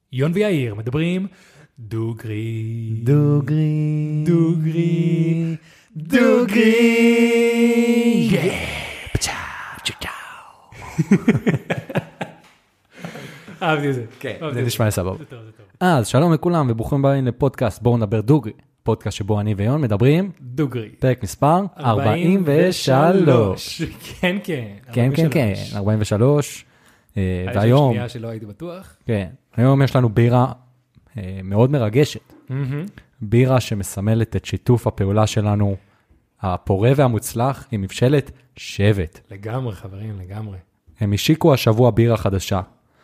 יון ויאיר מדברים דוגרי. דוגרי. דוגרי. דוגרי. פצ'או. אהבתי את זה. כן, זה נשמע סבבה. אז שלום לכולם וברוכים הבאים לפודקאסט בואו נדבר דוגרי. פודקאסט שבו אני ויון מדברים. דוגרי. פרק מספר 43. כן, כן. כן, כן, כן, 43. והיום, שנייה שלא הייתי בטוח. כן, היום יש לנו בירה מאוד מרגשת. בירה שמסמלת את שיתוף הפעולה שלנו, הפורה והמוצלח, עם מבשלת שבט. לגמרי, חברים, לגמרי. הם השיקו השבוע בירה חדשה.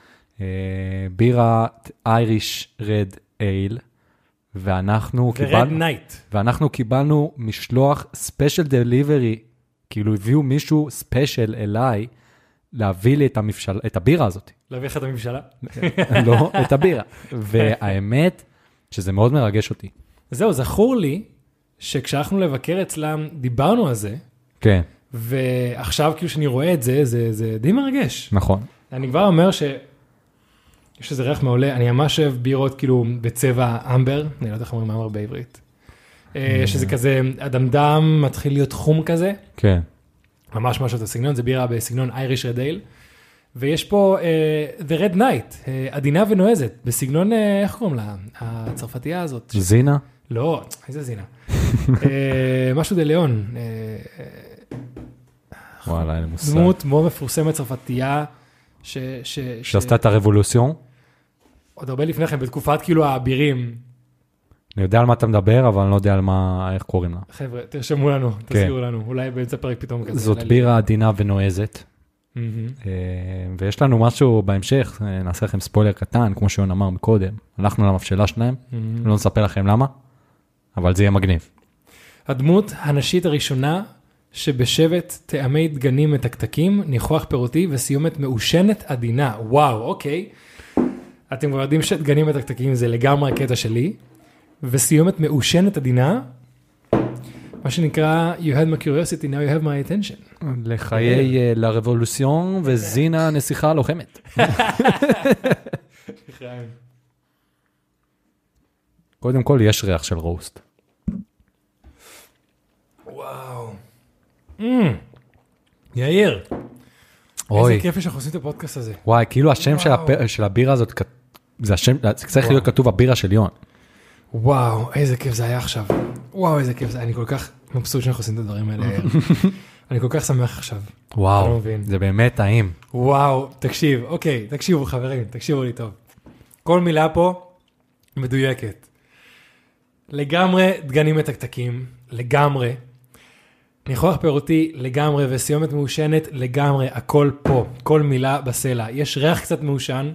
בירת אייריש רד אייל, ואנחנו קיבלנו משלוח ספיישל דליברי, כאילו הביאו מישהו ספיישל אליי, להביא לי את הבירה הזאת. להביא לך את הממשלה? לא, את הבירה. והאמת, שזה מאוד מרגש אותי. זהו, זכור לי, שכשהלכנו לבקר אצלם, דיברנו על זה. כן. ועכשיו כאילו שאני רואה את זה, זה די מרגש. נכון. אני כבר אומר יש איזה ריח מעולה, אני ממש אוהב בירות כאילו בצבע אמבר, אני לא יודע איך אומרים אמבר בעברית. שזה כזה, הדמדם מתחיל להיות חום כזה. כן. ממש משהו את הסגנון, זה בירה בסגנון אייריש רד אייל. ויש פה The Red Knight, עדינה ונועזת, בסגנון, איך קוראים לה? הצרפתייה הזאת. זינה? לא, איזה זינה. משהו דליון. וואלה, אין לי מושג. דמות מאוד מפורסמת צרפתייה, שעשתה את הרבולוציון? עוד הרבה לפני כן, בתקופת כאילו האבירים. אני יודע על מה אתה מדבר, אבל אני לא יודע על מה, איך קוראים לה. חבר'ה, תרשמו לנו, תזכירו לנו, אולי באמצע פרק פתאום כזה. זאת בירה עדינה ונועזת. ויש לנו משהו בהמשך, נעשה לכם ספוילר קטן, כמו שיון אמר מקודם. הלכנו למבשלה שלהם, לא נספר לכם למה, אבל זה יהיה מגניב. הדמות הנשית הראשונה, שבשבט טעמי דגנים מתקתקים, ניחוח פירותי וסיומת מעושנת עדינה. וואו, אוקיי. אתם כבר יודעים שדגנים מתקתקים זה לגמרי הקטע שלי, וסיומת מעושנת עדינה, מה שנקרא, you had my curiosity, now you have my attention. לחיי לרבולוציון וזינה נסיכה לוחמת. קודם כל, יש ריח של רוסט. וואו. יאיר. איזה כיף שאנחנו עושים את הפודקאסט הזה. וואי, כאילו השם של הבירה הזאת, זה צריך להיות כתוב הבירה של יון. וואו, איזה כיף זה היה עכשיו. וואו, איזה כיף זה. אני כל כך מבסוט שאנחנו עושים את הדברים האלה. אני כל כך שמח עכשיו. וואו, זה באמת טעים. וואו, תקשיב, אוקיי, תקשיבו חברים, תקשיבו לי טוב. כל מילה פה מדויקת. לגמרי דגנים מתקתקים, לגמרי. ניחוח פירותי לגמרי וסיומת מעושנת לגמרי, הכל פה, כל מילה בסלע. יש ריח קצת מעושן.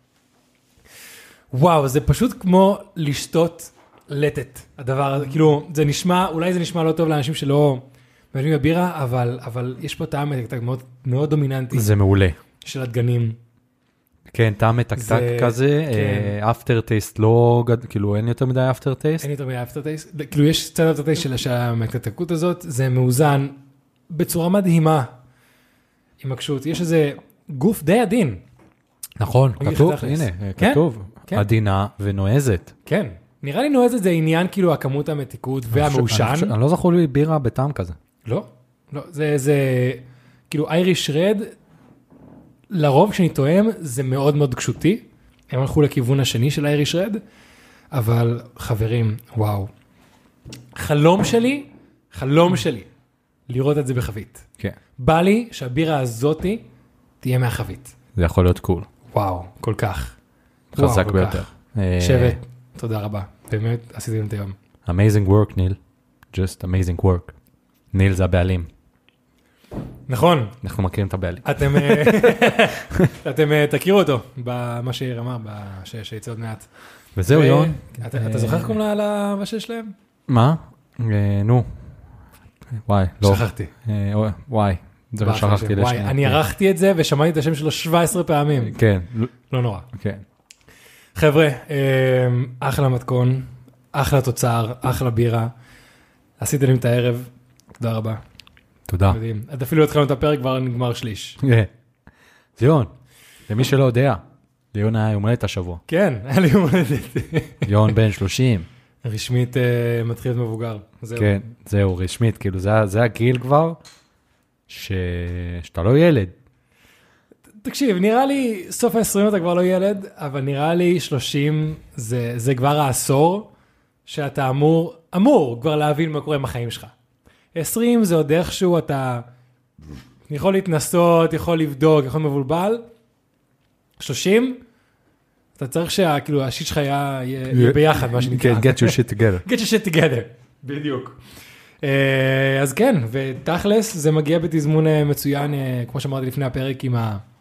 וואו, זה פשוט כמו לשתות לטט, הדבר הזה, כאילו, זה נשמע, אולי זה נשמע לא טוב לאנשים שלא מבינים בבירה, אבל יש פה טעם מתקתק מאוד, מאוד דומיננטי. זה מעולה. של הדגנים. כן, טעם מתקתק כזה, אפטר טייסט לא, כאילו אין יותר מדי אפטר טייסט? אין יותר מדי אפטר טייסט, כאילו יש קצת אפטר טייסט של המתקתקות הזאת, זה מאוזן בצורה מדהימה, עם הקשות, יש איזה גוף די עדין. נכון, כתוב, הנה, כתוב, עדינה ונועזת. כן, נראה לי נועזת זה עניין כאילו הכמות המתיקות והמאושן. אני לא זכור לי בירה בטעם כזה. לא, זה כאילו אייריש רד, לרוב כשאני טועם זה מאוד מאוד קשותי, הם הלכו לכיוון השני של אייריש רד, אבל חברים, וואו, חלום שלי, לראות את זה בחבית. כן. בא לי שהבירה הזאתי תהיה מהחבית. זה יכול להיות קול. וואו, כל כך. חזק ביותר. שבט, תודה רבה. באמת עשיתם את היום. Amazing work, ניל. Just amazing work. ניל זה הבעלים. נכון. אנחנו מכירים את הבעלים. אתם תכירו אותו במה שהיא רמה, שיצא עוד מעט. וזהו, יון. אתה זוכר קום לבשל שלהם? מה? נו. וואי, לא. שכחתי. וואי. זה לא שכחתי לשנייה. אני ערכתי את זה ושמעתי את השם שלו 17 פעמים. כן. לא נורא. כן. חבר'ה, אחלה מתכון, אחלה תוצר, אחלה בירה. עשיתם לי את הערב. תודה רבה. תודה. מדהים. אפילו התחלנו את הפרק, כבר נגמר שליש. זיון, למי שלא יודע, ליון היה יום הולדת השבוע. כן, היה לי יום הולדת. יון בן 30. רשמית מתחיל להיות מבוגר. זהו. כן, זהו, רשמית, כאילו זה הגיל כבר, שאתה לא ילד. תקשיב, נראה לי, סוף ה-20 אתה כבר לא ילד, אבל נראה לי 30 זה כבר העשור, שאתה אמור כבר להבין מה קורה עם החיים שלך. 20 זה עוד איכשהו אתה יכול להתנסות, יכול לבדוק, יכול מבולבל. 30, אתה צריך שהכאילו השיט שלך יהיה ביחד, מה שנקרא. כן, get your shit together. get your shit together, בדיוק. אז כן, ותכלס זה מגיע בתזמון מצוין, כמו שאמרתי לפני הפרק, עם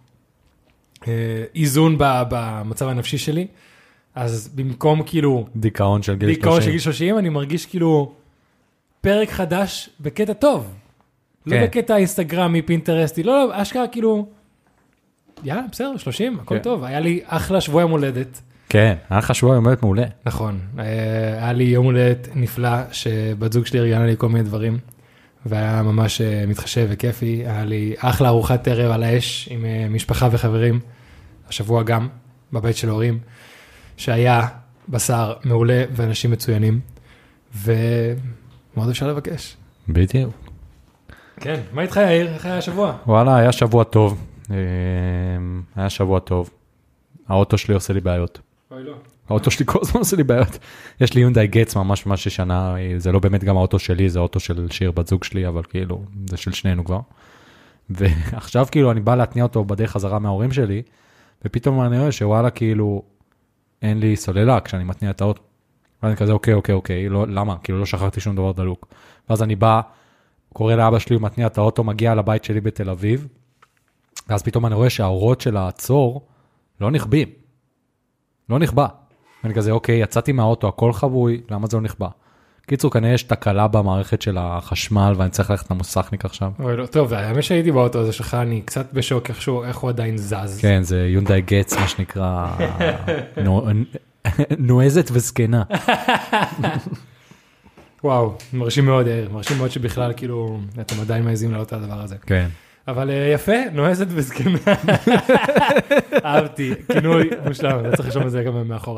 האיזון במצב הנפשי שלי. אז במקום כאילו... דיכאון של גיל 30. דיכאון של גיל 30, אני מרגיש כאילו פרק חדש בקטע טוב. לא בקטע אינסטגרמי, פינטרסטי, לא, אשכרה כאילו... יאללה, בסדר, 30, הכל טוב. היה לי אחלה שבוע יום הולדת. כן, היה לך שבוע יום הולדת מעולה. נכון, היה לי יום הולדת נפלא, שבת זוג שלי ארגנה לי כל מיני דברים, והיה ממש מתחשב וכיפי. היה לי אחלה ארוחת ערב על האש עם משפחה וחברים, השבוע גם, בבית של ההורים, שהיה בשר מעולה ואנשים מצוינים, ומאוד אפשר לבקש. בדיוק. כן, מה איתך יאיר? איך היה השבוע? וואלה, היה שבוע טוב. היה שבוע טוב. האוטו שלי עושה לי בעיות. אוי לא. האוטו שלי כל הזמן עושה לי בעיות. יש לי יונדאי גץ ממש שנה, זה לא באמת גם האוטו שלי, זה האוטו של שיר בת זוג שלי, אבל כאילו, זה של שנינו כבר. ועכשיו כאילו אני בא להתניע אותו בדרך חזרה מההורים שלי, ופתאום אני רואה שוואלה כאילו, אין לי סוללה כשאני מתניע את האוטו. ואני כזה אוקיי, לא, למה? כאילו לא שכחתי שום דבר דלוק. ואז אני בא, קורא לאבא שלי, מתניע את האוטו, מגיע לבית שלי בתל אביב, ואז פתאום אני רואה שהאורות של העצור לא נכבים. לא נכבה. ואני כזה, אוקיי, יצאתי מהאוטו, הכל חבוי, למה זה לא נכבה? קיצור, כנראה יש תקלה במערכת של החשמל, ואני צריך ללכת למוסכניק עכשיו. אוי לא, טוב, האמת שהייתי באוטו הזה שלך, אני קצת בשוק איך הוא עדיין זז. כן, זה יונדאי גץ, מה שנקרא, נועזת וזקנה. וואו, מרשים מאוד, מרשים מאוד שבכלל, כאילו, אתם עדיין מעזים לעלות את הדבר הזה. כן. אבל יפה, נועזת וזקנה. אהבתי, כינוי מושלם, אתה צריך לשאול את זה גם מאחורה.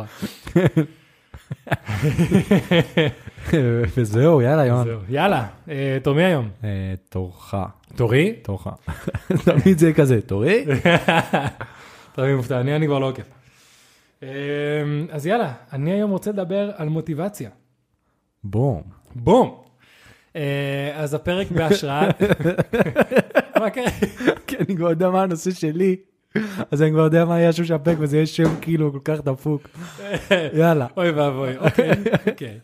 וזהו, יאללה, יואן. יאללה, תור מי היום? תורך. תורי? תורך. תמיד זה כזה, תורי? תמיד מופתע, אני כבר לא עוקב. אז יאללה, אני היום רוצה לדבר על מוטיבציה. בום. בום. אז הפרק בהשראה... מה קרה? כי אני כבר יודע מה הנושא שלי, אז אני כבר יודע מה היה שהוא שפק, וזה יש שם כאילו כל כך דפוק. יאללה. אוי ואבוי, אוקיי.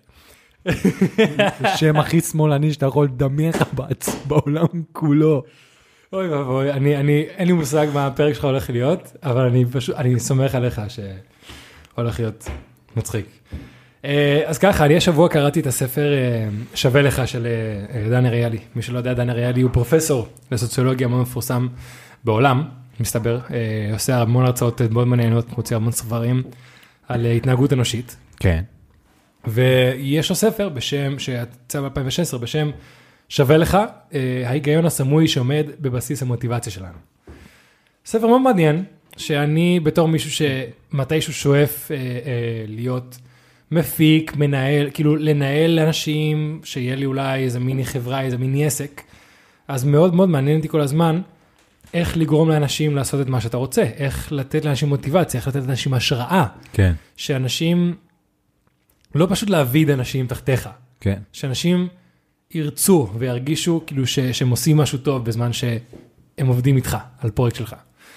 שם הכי שמאלני שאתה יכול לדמיין לך בעולם כולו. אוי ואבוי, אין לי מושג מה הפרק שלך הולך להיות, אבל אני סומך עליך שהולך להיות מצחיק. אז ככה, אני השבוע קראתי את הספר שווה לך של דן אריאלי. מי שלא יודע, דן אריאלי הוא פרופסור לסוציולוגיה מאוד מפורסם בעולם, מסתבר. עושה המון הרצאות מאוד מעניינות, מוציא המון ספרים על התנהגות אנושית. כן. ויש לו ספר בשם, שיצא ב-2016, בשם שווה לך, ההיגיון הסמוי שעומד בבסיס המוטיבציה שלנו. ספר מאוד מעניין, שאני בתור מישהו שמתישהו שואף להיות מפיק, מנהל, כאילו לנהל לאנשים, שיהיה לי אולי איזה מיני חברה, איזה מיני עסק, אז מאוד מאוד מעניין אותי כל הזמן, איך לגרום לאנשים לעשות את מה שאתה רוצה, איך לתת לאנשים מוטיבציה, איך לתת לאנשים השראה. כן. שאנשים, לא פשוט להעביד אנשים תחתיך. כן. שאנשים ירצו וירגישו כאילו שהם עושים משהו טוב בזמן שהם עובדים איתך, על פרויקט שלך.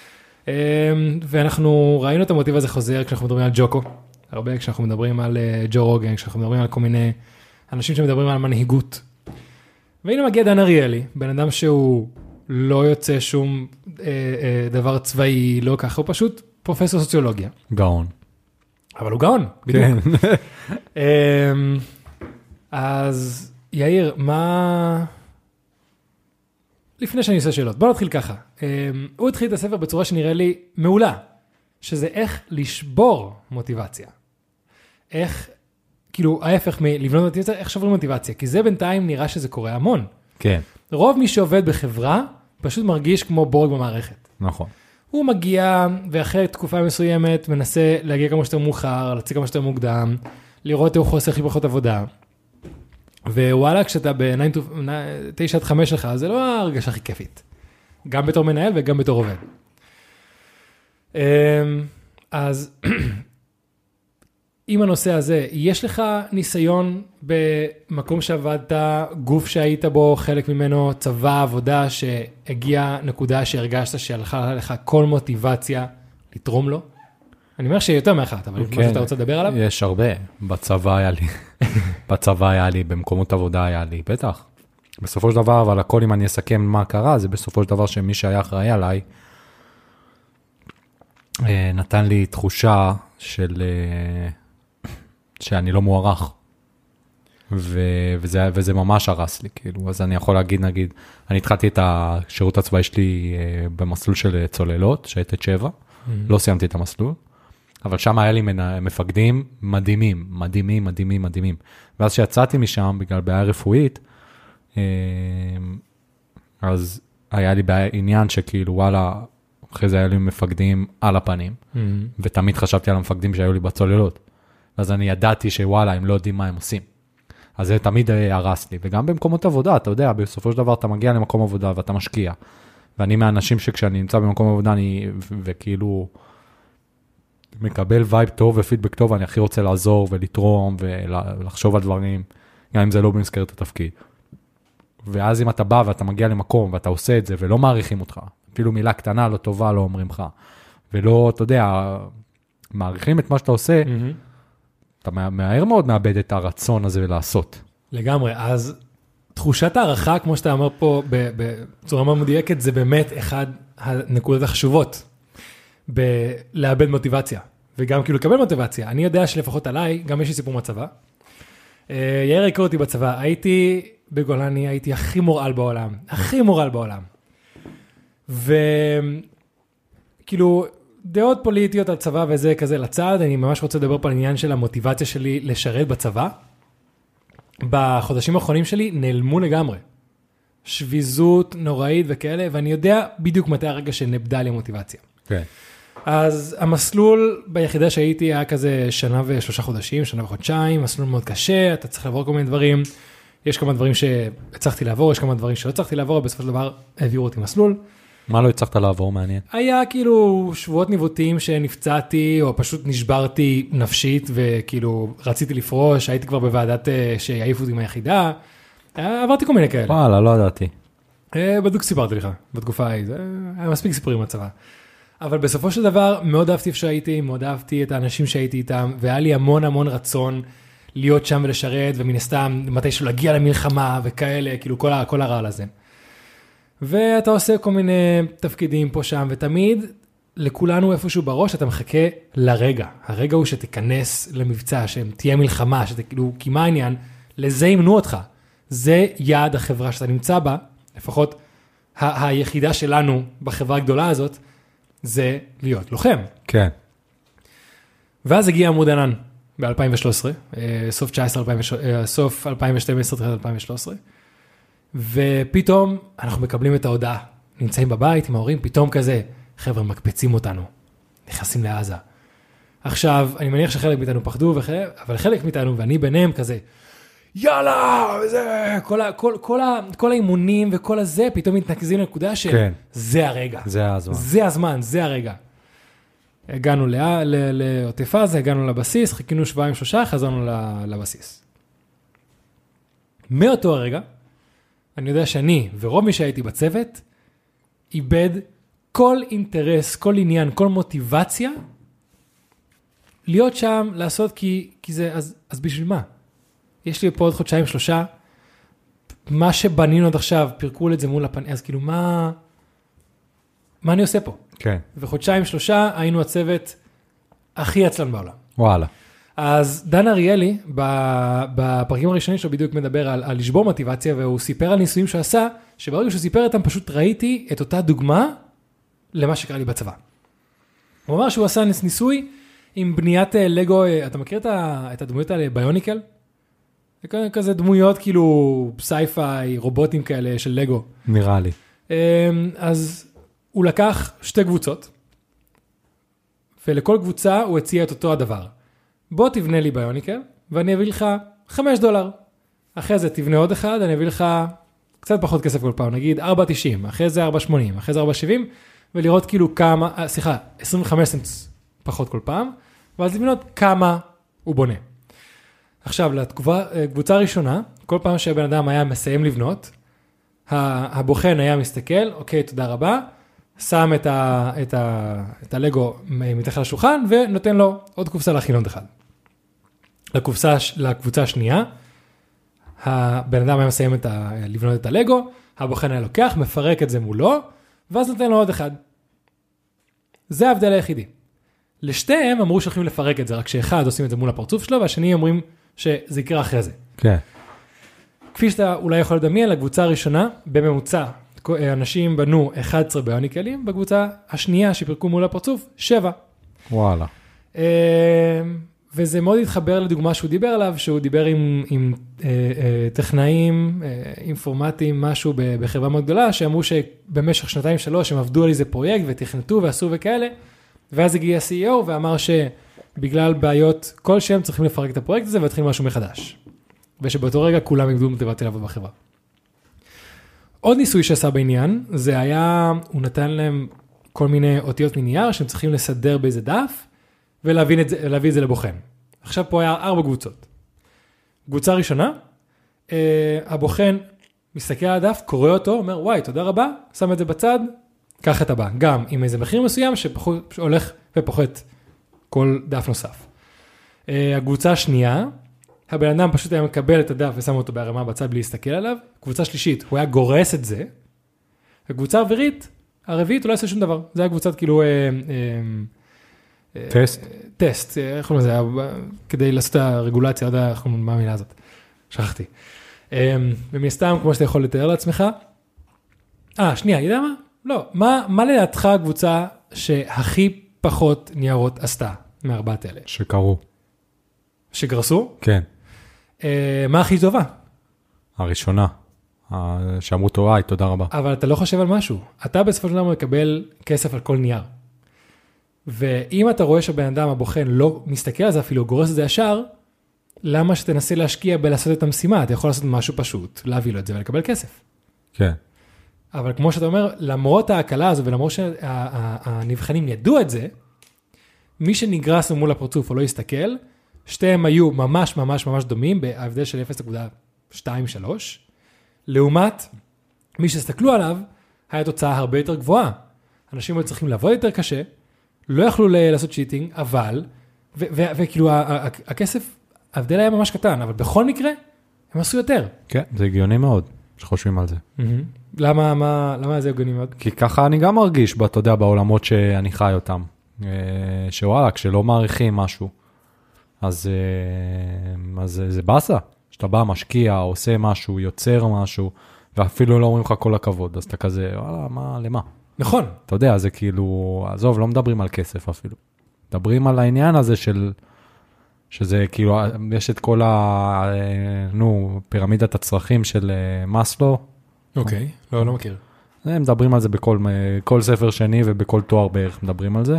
ואנחנו ראינו את המוטיב הזה חוזר כשאנחנו מדברים על ג'וקו, הרבה כשאנחנו מדברים על ג'ו רוגן, כשאנחנו מדברים על כל מיני אנשים שמדברים על מנהיגות. והנה מגיע דן אריאלי, בן אדם שהוא לא יוצא שום דבר צבאי, לא ככה, הוא פשוט פרופסור סוציולוגיה. גאון. אבל הוא גאון, בדיוק. אז יאיר, מה... לפני שאני אעשה שאלות, בוא נתחיל ככה. הוא התחיל את הספר בצורה שנראה לי מעולה, שזה איך לשבור מוטיבציה. איך, כאילו, ההפך מלבנות מוטיבציה, איך שוברים מוטיבציה, כי זה בינתיים נראה שזה קורה המון. כן. רוב מי שעובד בחברה, פשוט מרגיש כמו בורג במערכת. נכון. הוא מגיע, ואחרי תקופה מסוימת, מנסה להגיע כמה שיותר מאוחר, להציג כמה שיותר מוקדם, לראות איך הוא עושה הכי פחות עבודה. ווואלה, כשאתה ב-9 עד 5 שלך, זה לא ההרגשה הכי כיפית. גם בתור מנהל וגם בתור עובד. אז עם הנושא הזה, יש לך ניסיון במקום שעבדת, גוף שהיית בו, חלק ממנו, צבא, עבודה, שהגיעה נקודה שהרגשת שהלכה לך כל מוטיבציה לתרום לו? אני אומר שיותר מאחת, אבל מה שאתה רוצה לדבר עליו? יש הרבה. בצבא היה לי. בצבא היה לי, במקומות עבודה היה לי, בטח. בסופו של דבר, אבל הכל אם אני אסכם מה קרה, זה בסופו של דבר שמי שהיה אחראי עליי, נתן לי תחושה שאני לא מוערך. וזה ממש הרס לי, כאילו. אז אני יכול להגיד, נגיד, אני התחלתי את השירות הצבאי שלי במסלול של צוללות, שהייתה 7, לא סיימתי את המסלול, אבל שם היה לי מפקדים מדהימים, מדהימים, מדהימים, מדהימים. ואז שיצאתי משם, בגלל בעיה רפואית, אז היה לי עניין שכאילו, וואלה, אחרי זה היה לי מפקדים על הפנים, ותמיד חשבתי על המפקדים שהיו לי בצוללות. אז אני ידעתי שוואלה, הם לא יודעים מה הם עושים. אז זה תמיד הרס לי. וגם במקומות עבודה, אתה יודע, בסופו של דבר אתה מגיע למקום עבודה ואתה משקיע. ואני מהאנשים שכשאני נמצא במקום עבודה, וכאילו מקבל וייב טוב ופידבק טוב, אני הכי רוצה לעזור ולתרום ולחשוב על דברים, גם אם זה לא במסגרת התפקיד. ואז אם אתה בא ואתה מגיע למקום ואתה עושה את זה ולא מעריכים אותך, אפילו מילה קטנה לא טובה לא אומרים לך, ולא, אתה יודע, מעריכים את מה שאתה עושה, אתה מהר מאוד מאבד את הרצון הזה ולעשות. לגמרי, אז תחושת הערכה, כמו שאתה אמר פה בצורה מאוד מדויקת, זה באמת אחד הנקודות החשובות, בלאבד מוטיבציה, וגם כאילו לקבל מוטיבציה. אני יודע שלפחות עליי, גם יש לי סיפור מהצבא. יאיר הכיר אותי בצבא, הייתי בגולני, הייתי הכי מורעל בעולם, הכי מורעל בעולם. וכאילו, דעות פוליטיות על צבא וזה כזה לצד, אני ממש רוצה לדבר פה על עניין של המוטיבציה שלי לשרת בצבא. בחודשים האחרונים שלי נעלמו לגמרי. שביזות נוראית וכאלה, ואני יודע בדיוק מתי הרגע שנבדה לי המוטיבציה. כן. אז המסלול ביחידה שהייתי היה כזה 1 ו3 חודשים, 1 וחודשיים, מסלול מאוד קשה, אתה צריך לעבור כל מיני דברים. יש כמה דברים שהצלחתי לעבור, יש כמה דברים שלא הצלחתי לעבור, בסופו של דבר העבירו אותי מסלול. מה לא הצלחת לעבור, מעניין? היה כאילו שבועות ניווטים שנפצעתי, או פשוט נשברתי נפשית, וכאילו רציתי לפרוש, הייתי כבר בוועדת שיעיפו אותי מהיחידה, עברתי כל מיני כאלה. וואלה, לא ידעתי. בדיוק סיפרתי לך, בתקופה ההיא, היה מספיק סיפורים מהצבא. אבל בסופו של דבר, מאוד אהבתי איפה שהייתי, מאוד אהבתי את האנשים שהייתי איתם, והיה לי המון המון רצון להיות שם ולשרת, ומן הסתם, מתישהו להגיע למלחמה וכאלה, כאילו כל הרעל הזה. ואתה עושה כל מיני תפקידים פה שם, ותמיד לכולנו איפשהו בראש, אתה מחכה לרגע. הרגע הוא שתיכנס למבצע, שתהיה מלחמה, שתכאילו, כי מה העניין? לזה ימנו אותך. זה יעד החברה שאתה נמצא בה, לפחות היחידה שלנו בחברה הגדולה הזאת, זה להיות לוחם. כן. ואז הגיע עמוד ענן ב-2013, סוף 2012, תחילת 2013, ופתאום אנחנו מקבלים את ההודעה, נמצאים בבית עם ההורים, פתאום כזה, חבר'ה מקפצים אותנו, נכנסים לעזה. עכשיו, אני מניח שחלק מאיתנו פחדו, אבל חלק מאיתנו, ואני ביניהם כזה, יאללה, וזה, כל האימונים וכל הזה, פתאום מתנקזים לנקודה של, זה הרגע. זה הזמן. זה הזמן, זה הרגע. הגענו לעוטף עזה, הגענו לבסיס, חיכינו 2-3, חזרנו לבסיס. מאותו הרגע, אני יודע שאני ורוב מי שהייתי בצוות, איבד כל אינטרס, כל עניין, כל מוטיבציה, להיות שם, לעשות כי זה, אז בשביל מה? יש לי פה עוד 2-3, מה שבנינו עד עכשיו, פרקו את זה מול הפנים, אז כאילו מה אני עושה פה? כן. ו2-3 היינו הצוות הכי עצלן בעולם. וואלה. אז דן אריאלי, בפרקים הראשונים שלו בדיוק מדבר על לשבור מוטיבציה, והוא סיפר על ניסויים שהוא עשה, שברגע שהוא סיפר איתם, פשוט ראיתי את אותה דוגמה למה שקרה לי בצבא. הוא אמר שהוא עשה ניסוי עם בניית לגו, אתה מכיר את הדמויות האלה, ביוניקל? זה כזה דמויות כאילו סייפיי, רובוטים כאלה של לגו. נראה לי. אז הוא לקח 2 קבוצות, ולכל קבוצה הוא הציע את אותו הדבר. בוא תבנה לי ביוניקל, ואני אביא לך $5. אחרי זה תבנה עוד אחד, אני אביא לך קצת פחות כסף כל פעם, נגיד 4.90, אחרי זה 4.80, אחרי זה 4.70, ולראות כאילו כמה, 25 סנט פחות כל פעם, ואז לבנות כמה הוא בונה. עכשיו, לקבוצה הראשונה, כל פעם שהבן אדם היה מסיים לבנות, הבוחן היה מסתכל, אוקיי, תודה רבה, שם את הלגו מתחת לשולחן, ונותן לו עוד קופסה להכין עוד אחד. לקבוצה השנייה, הבן אדם היה מסיים לבנות את הלגו, הבוחן היה לוקח, מפרק את זה מולו, ואז נותן לו עוד אחד. זה ההבדל היחידי. לשתיהם אמרו שהולכים לפרק את זה, רק שאחד עושים את זה מול הפרצוף שלו, והשני אומרים שזה יקרה אחרי זה. כן. כפי שאתה אולי יכול לדמיין, לקבוצה הראשונה, בממוצע, אנשים בנו 11 ביוניקלים, בקבוצה השנייה שפרקו מול הפרצוף, 7. וואלה. וזה מאוד התחבר לדוגמה שהוא דיבר עליו, שהוא דיבר עם טכנאים, אינפורמטיים, משהו בחברה מאוד גדולה, שאמרו שבמשך 2-3 הם עבדו על איזה פרויקט ותכנתו ועשו וכאלה, ואז הגיע CEO ואמר שבגלל בעיות כלשהם צריכים לפרק את הפרויקט הזה ולהתחיל משהו מחדש. ושבאותו רגע כולם איבדו מוטיבציה לעבוד בחברה. עוד ניסוי שעשה בעניין, זה היה, הוא נתן להם כל מיני אותיות מנייר שהם צריכים לסדר באיזה דף, ולהביא את זה לבוחן. עכשיו פה היה 4 קבוצות. קבוצה ראשונה, הבוחן מסתכל על הדף, קורא אותו, אומר, וואי, תודה רבה, שם את זה בצד, קח את הבא. גם עם איזה מחיר מסוים שהולך ופוחת כל דף נוסף. הקבוצה השנייה, הבן אדם פשוט היה מקבל את הדף ושם אותו בהרמה בצד בלי להסתכל עליו. קבוצה שלישית, הוא היה גורס את זה. הקבוצה הרביעית, הוא לא עושה שום דבר. זה היה קבוצת כאילו... טסט, איך קוראים לזה? כדי לעשות את הרגולציה, יודע איך קוראים מה המילה הזאת. שכחתי. ומסתם, כמו שאתה יכול לתאר לעצמך. שנייה, יודע מה? לא. מה לדעתך הקבוצה שהכי פחות ניירות עשתה מארבעת אלה? שקרו. שגרסו? כן. מה הכי טובה? הראשונה. שאמרו תוראי, תודה רבה. אבל אתה לא חושב על משהו. אתה בסופו של דבר מקבל כסף על כל נייר. ואם אתה רואה שבן אדם הבוחן לא מסתכל על זה אפילו, גורס את זה ישר, למה שתנסה להשקיע בלעשות את המשימה? אתה יכול לעשות משהו פשוט, להביא לו את זה ולקבל כסף. כן. אבל כמו שאתה אומר, למרות ההקלה הזו ולמרות שהנבחנים ידעו את זה, מי שנגרס מול הפרצוף או לא יסתכל, שתיהם היו ממש ממש ממש דומים, בהבדל של 0.23, לעומת מי שהסתכלו עליו, היה תוצאה הרבה יותר גבוהה. אנשים היו צריכים לעבוד יותר קשה, לא יכלו לעשות צ'יטינג, אבל, וכאילו הכסף, ההבדל היה ממש קטן, אבל בכל מקרה, הם עשו יותר. כן, זה הגיוני מאוד, שחושבים על זה. למה זה הגיוני מאוד? כי ככה אני גם מרגיש, אתה יודע, בעולמות שאני חי אותם. שוואלה, כשלא מעריכים משהו, אז זה בסה. שאתה בא, משקיע, עושה משהו, יוצר משהו, ואפילו לא אומרים לך כל הכבוד, אז אתה כזה, וואלה, למה? נכון. אתה יודע, זה כאילו, עזוב, לא מדברים על כסף אפילו. מדברים על העניין הזה שזה כאילו, יש את כל פירמידת הצרכים של מסלו. אוקיי, לא מכיר. הם מדברים על זה בכל ספר שני ובכל תואר בערך מדברים על זה,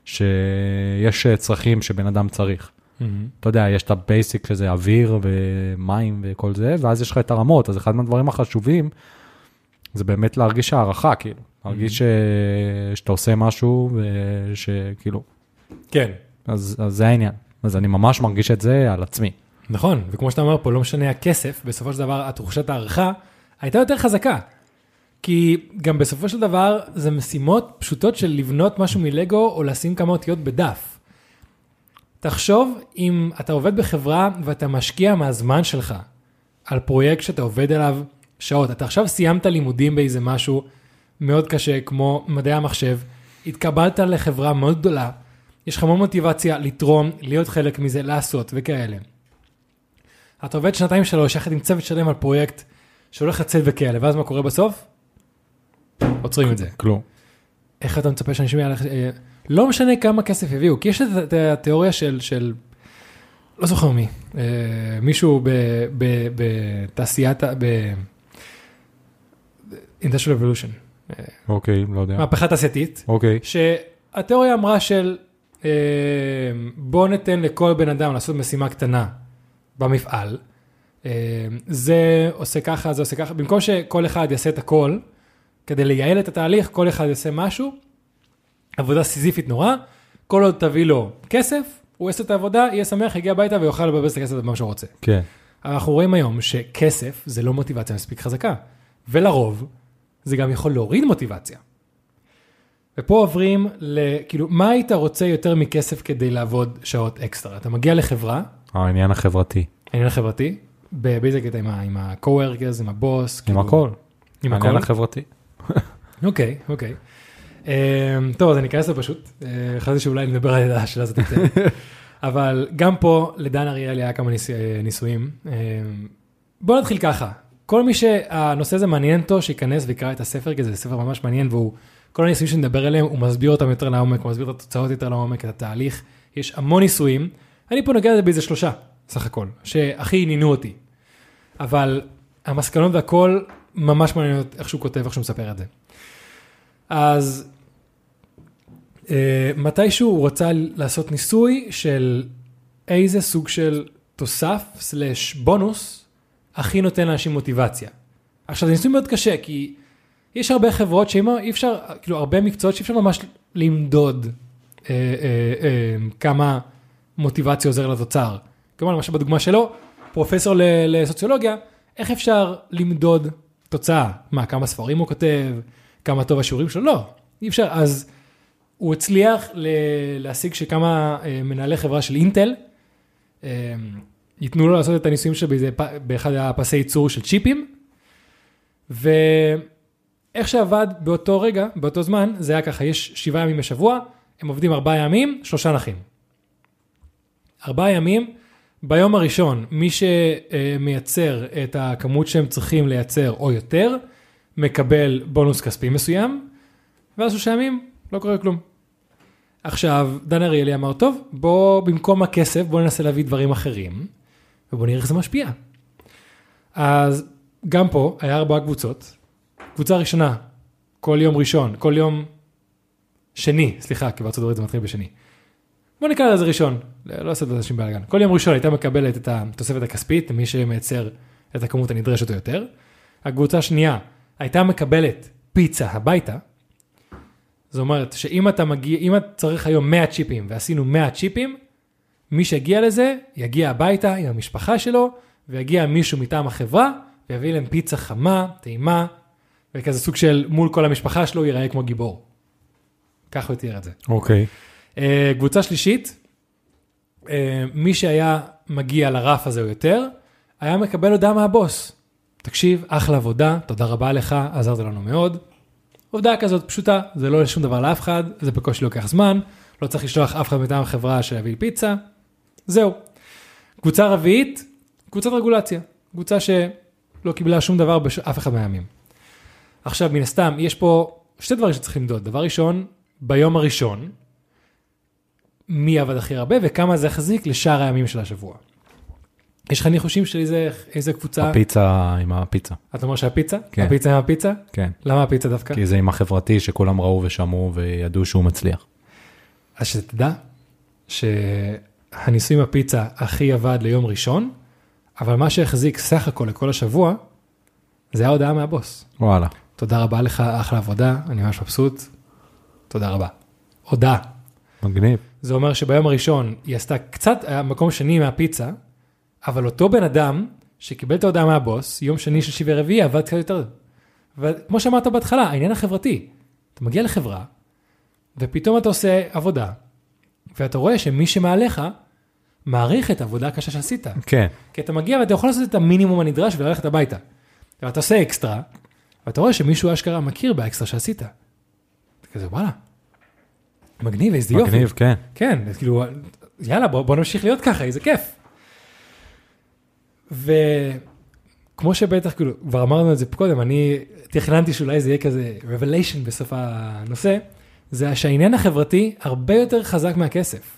שיש צרכים שבן אדם צריך. אתה יודע, יש את הבייסיק שזה אוויר ומים וכל זה, ואז יש לך את הרמות, אז אחד מהדברים החשובים, זה באמת להרגיש הערכה, כאילו. להרגיש שאתה עושה משהו, ושכאילו... כן. אז זה העניין. אז אני ממש מרגיש את זה על עצמי. נכון, וכמו שאתה אומר פה, לא משנה הכסף, בסופו של דבר, התחושת הערכה, הייתה יותר חזקה. כי גם בסופו של דבר, זה משימות פשוטות של לבנות משהו מלגו, או לשים כמה אותיות בדף. תחשוב, אם אתה עובד בחברה, ואתה משקיע מהזמן שלך, על פרויקט שאתה עובד עליו שעות, אתה עכשיו סיימת לימודים באיזה משהו מאוד קשה, כמו מדעי המחשב, התקבלת לחברה מאוד גדולה, יש לך מאוד מוטיבציה לתרום, להיות חלק מזה, לעשות וכאלה. אתה עובד 2-3, יחד עם צוות שלם על פרויקט, שהולך לצאת וכאלה, ואז מה קורה בסוף? עוצרים את זה. כלום. איך אתה מצפה שאנשים לא משנה כמה כסף יביאו, כי יש את התיאוריה של לא זוכר מי, מישהו בתעשיית, Industrial Revolution. אוקיי, לא יודע. מהפכה תעשייתית. אוקיי. שהתיאוריה אמרה של, בוא ניתן לכל בן אדם לעשות משימה קטנה במפעל, זה עושה ככה, זה עושה ככה, במקום שכל אחד יעשה את הכל, כדי לייעל את התהליך, כל אחד יעשה משהו, עבודה סיזיפית נורא, כל עוד תביא לו כסף, הוא יעשה את העבודה, יהיה שמח, יגיע הביתה ויוכל לבזבז את הכסף במה שהוא רוצה. כן. אבל אנחנו רואים היום שכסף זה לא מוטיבציה מספיק חזקה, ולרוב זה גם יכול להוריד מוטיבציה. ופה עוברים כאילו, מה היית רוצה יותר מכסף כדי לעבוד שעות אקסטרה? אתה מגיע לחברה. העניין החברתי. העניין החברתי, באיזה קטע עם ה-coworkers, עם הבוס. עם הכל. עם הכל? העניין החברתי. אוקיי. טוב, אז אני אכנס לפשוט. חשבתי שאולי נדבר על השאלה הזאת יותר. אבל גם פה, לדן אריאלי היה כמה ניסויים. בואו נתחיל ככה. כל מי שהנושא הזה מעניין אותו, שיכנס ויקרא את הספר, כי זה ספר ממש מעניין, והוא, כל הניסויים שנדבר עליהם, הוא מסביר אותם יותר לעומק, הוא מסביר את התוצאות יותר לעומק, את התהליך. יש המון ניסויים. אני פה נוגע לזה באיזה 3, סך הכל, שהכי עניינו אותי. אבל המסקנות והכל ממש מעניין איך שהוא כותב, איך שהוא מספר את זה. אז מתישהו הוא רצה לעשות ניסוי של איזה סוג של תוסף / בונוס הכי נותן לאנשים מוטיבציה. עכשיו זה ניסוי מאוד קשה, כי יש הרבה חברות שאי אפשר, כאילו הרבה מקצועות שאי אפשר ממש למדוד כמה מוטיבציה עוזר לתוצר. כלומר, למשל בדוגמה שלו, פרופסור לסוציולוגיה, איך אפשר למדוד תוצאה? מה, כמה ספרים הוא כותב? כמה טוב השיעורים שלו? לא, אי אפשר. אז הוא הצליח להשיג שכמה מנהלי חברה של אינטל, ייתנו לו לעשות את הניסויים באחד הפסי ייצור של צ'יפים, ואיך שעבד באותו רגע, באותו זמן, זה היה ככה, יש 7 ימים בשבוע, הם עובדים 4 ימים, 3 נחים. 4 ימים, ביום הראשון, מי שמייצר את הכמות שהם צריכים לייצר או יותר, מקבל בונוס כספי מסוים, ואז 3 ימים, לא קורה כלום. עכשיו, דן אריאלי אמר, טוב, בוא במקום הכסף, בוא ננסה להביא דברים אחרים, ובוא נראה איך זה משפיע. אז גם פה היה 4 קבוצות. קבוצה ראשונה, כל יום ראשון, כל יום שני, סליחה, כי בארצות הברית זה מתחיל בשני. בוא נקרא לזה ראשון, לא עושה את זה אנשים בלגן. כל יום ראשון הייתה מקבלת את התוספת הכספית, מי שמייצר את הכמות הנדרשת או יותר. הקבוצה השנייה הייתה מקבלת פיצה הביתה. זאת אומרת שאם אתה מגיע, אם אתה צריך היום 100 צ'יפים, ועשינו 100 צ'יפים, מי שהגיע לזה, יגיע הביתה עם המשפחה שלו, ויגיע מישהו מטעם החברה, ויביא להם פיצה חמה, טעימה, וכזה סוג של מול כל המשפחה שלו, ייראה כמו גיבור. כך הוא תיאר את זה. אוקיי. קבוצה שלישית, מי שהיה מגיע לרף הזה או יותר, היה מקבל הודעה מהבוס. תקשיב, אחלה עבודה, תודה רבה לך, עזרת לנו מאוד. עובדה כזאת פשוטה, זה לא שום דבר לאף אחד, זה בקושי לוקח זמן, לא צריך לשלוח אף אחד מטעם החברה שיביא פיצה, זהו. קבוצה רביעית, קבוצת רגולציה, קבוצה שלא קיבלה שום דבר באף אחד מהימים. עכשיו, מן הסתם, יש פה 2 דברים שצריך למדוד. דבר ראשון, ביום הראשון, מי עבד הכי הרבה וכמה זה יחזיק לשאר הימים של השבוע. יש לך ניחושים של איזה קבוצה? הפיצה עם הפיצה. אתה אומר שהפיצה? כן. הפיצה עם הפיצה? כן. למה הפיצה דווקא? כי זה עם החברתי שכולם ראו ושמעו וידעו שהוא מצליח. אז שתדע שהניסוי עם הפיצה הכי עבד ליום ראשון, אבל מה שהחזיק סך הכל לכל השבוע, זה ההודעה מהבוס. וואלה. תודה רבה לך, אחלה עבודה, אני ממש מבסוט. תודה רבה. הודעה. מגניב. זה אומר שביום הראשון היא עשתה קצת מקום שני מהפיצה, אבל אותו בן אדם שקיבל את ההודעה מהבוס, יום שני, שלישי ורביעי עבד קצת יותר. וכמו שאמרת בהתחלה, העניין החברתי. אתה מגיע לחברה, ופתאום אתה עושה עבודה, ואתה רואה שמי שמעליך, מעריך את העבודה הקשה שעשית. כן. כי אתה מגיע ואתה יכול לעשות את המינימום הנדרש וללכת הביתה. ואתה עושה אקסטרה, ואתה רואה שמישהו אשכרה מכיר באקסטרה שעשית. אתה כזה, וואלה. מגניב, איזה יופי. מגניב, כן. כן, כאילו, יאללה, בוא נמשיך להיות ככה, איזה כיף. וכמו שבטח, כאילו, כבר אמרנו את זה קודם, אני תכננתי שאולי זה יהיה כזה revelation בסוף הנושא, זה שהעניין החברתי הרבה יותר חזק מהכסף.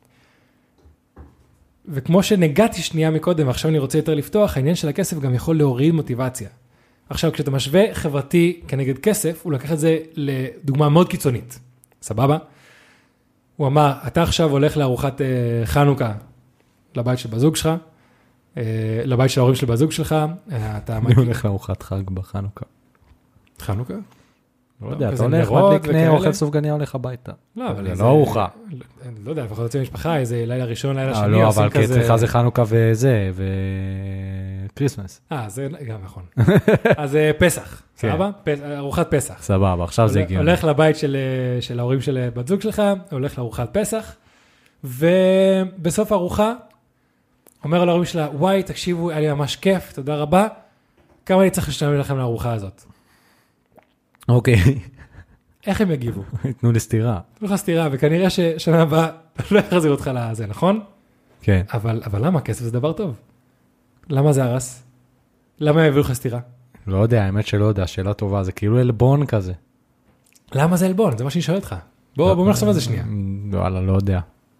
וכמו שנגעתי שנייה מקודם, ועכשיו אני רוצה יותר לפתוח, העניין של הכסף גם יכול להוריד מוטיבציה. עכשיו, כשאתה משווה חברתי כנגד כסף, הוא לקח את זה לדוגמה מאוד קיצונית. סבבה? הוא אמר, אתה עכשיו הולך לארוחת חנוכה, לבית של בזוג שלך, לבית של ההורים של בזוג שלך, אתה... אני הולך לארוחת חג בחנוכה. חנוכה? לא יודע, אתה הולך, מדליק אוכל סופגניה, הולך הביתה. לא, אבל זה לא ארוחה. לא יודע, לפחות יוצא משפחה, איזה לילה ראשון, לילה שני, לא, אבל אצלך זה חנוכה וזה, וכריסמס. זה גם נכון. אז פסח, סבבה? ארוחת פסח. סבבה, עכשיו זה הגיוני. הולך לבית של ההורים של בת זוג שלך, הולך לארוחת פסח, ובסוף הארוחה, אומר להורים שלה, וואי, תקשיבו, היה לי ממש כיף, תודה רבה. כמה אני צריך לשלם לכם לארוחה הזאת? אוקיי. איך הם יגיבו? תנו לי סתירה. תנו לך סתירה, וכנראה ששנה הבאה לא יחזיר אותך לזה, נכון? כן. אבל למה? כסף זה דבר טוב. למה זה הרס? למה הם הביאו לך סתירה? לא יודע, האמת שלא יודע, שאלה טובה, זה כאילו אלבון כזה. למה זה אלבון? זה מה שאני שואל אותך. בוא נחשוב על זה שנייה. וואלה, לא יודע.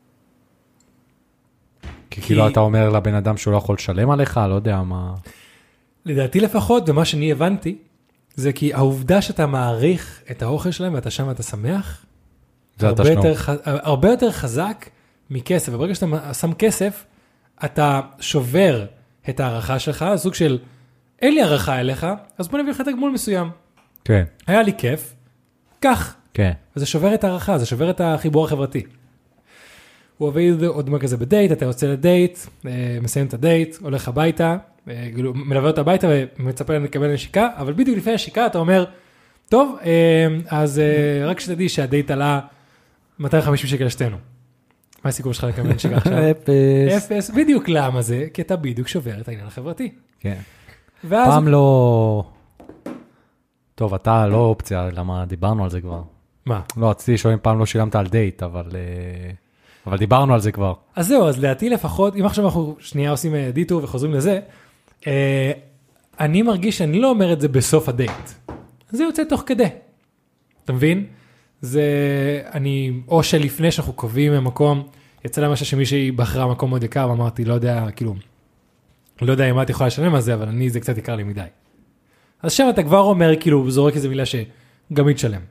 כי כאילו אתה אומר לבן אדם שהוא לא יכול לשלם עליך, לא יודע מה... לדעתי לפחות, ומה שאני הבנתי, זה כי העובדה שאתה מעריך את האוכל שלהם, ואתה שם ואתה שמח, הרבה יותר חזק מכסף. וברגע שאתה שם כסף, אתה שובר את הערכה שלך, סוג של, אין לי הערכה אליך, אז בוא נביא לך תגמול מסוים. כן. היה לי כיף, כך. כן. וזה שובר את הערכה, זה שובר את החיבור החברתי. הוא עובד עוד מה כזה בדייט, אתה יוצא לדייט, מסיים את הדייט, הולך הביתה, מלווה אותה הביתה ומצפה לקבל נשיקה, אבל בדיוק לפני השיקה אתה אומר, טוב, אז רק שתדעי שהדייט עלה 250 שקל לשתינו. מה הסיכום שלך לקבל נשיקה עכשיו? אפס. בדיוק למה זה? כי אתה בדיוק שובר את העניין החברתי. כן. פעם לא... טוב, אתה לא אופציה, למה דיברנו על זה כבר. מה? לא, רציתי לשאול אם פעם לא שילמת על דייט, אבל דיברנו על זה כבר. אז זהו, אז לדעתי לפחות, אם עכשיו אנחנו שנייה עושים דיטור וחוזרים לזה, אני מרגיש שאני לא אומר את זה בסוף הדייט. זה יוצא תוך כדי. אתה מבין? זה, או שלפני שאנחנו קובעים במקום, יצא לה משהו שמישהי בחרה מקום מאוד יקר, ואמרתי, לא יודע, כאילו, לא יודע אם את יכולה לשלם על זה, אבל אני, זה קצת יקר לי מדי. אז שם אתה כבר אומר, כאילו, זורק איזו מילה שגם היא תשלם.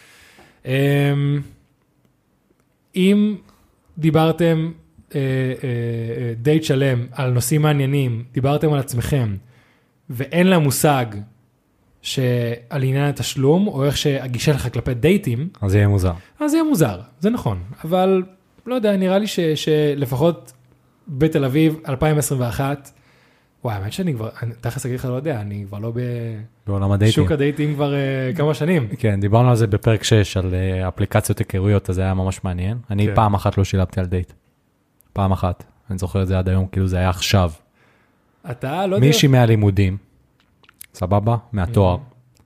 אם דיברתם דייט שלם על נושאים מעניינים, דיברתם על עצמכם, ואין לה מושג שעל עניין התשלום, או איך שהגישה לך כלפי דייטים, אז זה יהיה מוזר. אז זה יהיה מוזר, זה נכון. אבל לא יודע, נראה לי שלפחות בתל אביב 2021, וואי, האמת שאני כבר, תכף אגיד לך, לא יודע, אני כבר לא בעולם הדייטים. שוק הדייטים כבר כמה שנים. כן, דיברנו על זה בפרק 6, על אפליקציות היכרויות, אז זה היה ממש מעניין. אני פעם אחת לא שילמתי על דייט. פעם אחת. אני זוכר את זה עד היום, כאילו זה היה עכשיו. אתה לא יודע... מישהי מהלימודים, סבבה? מהתואר.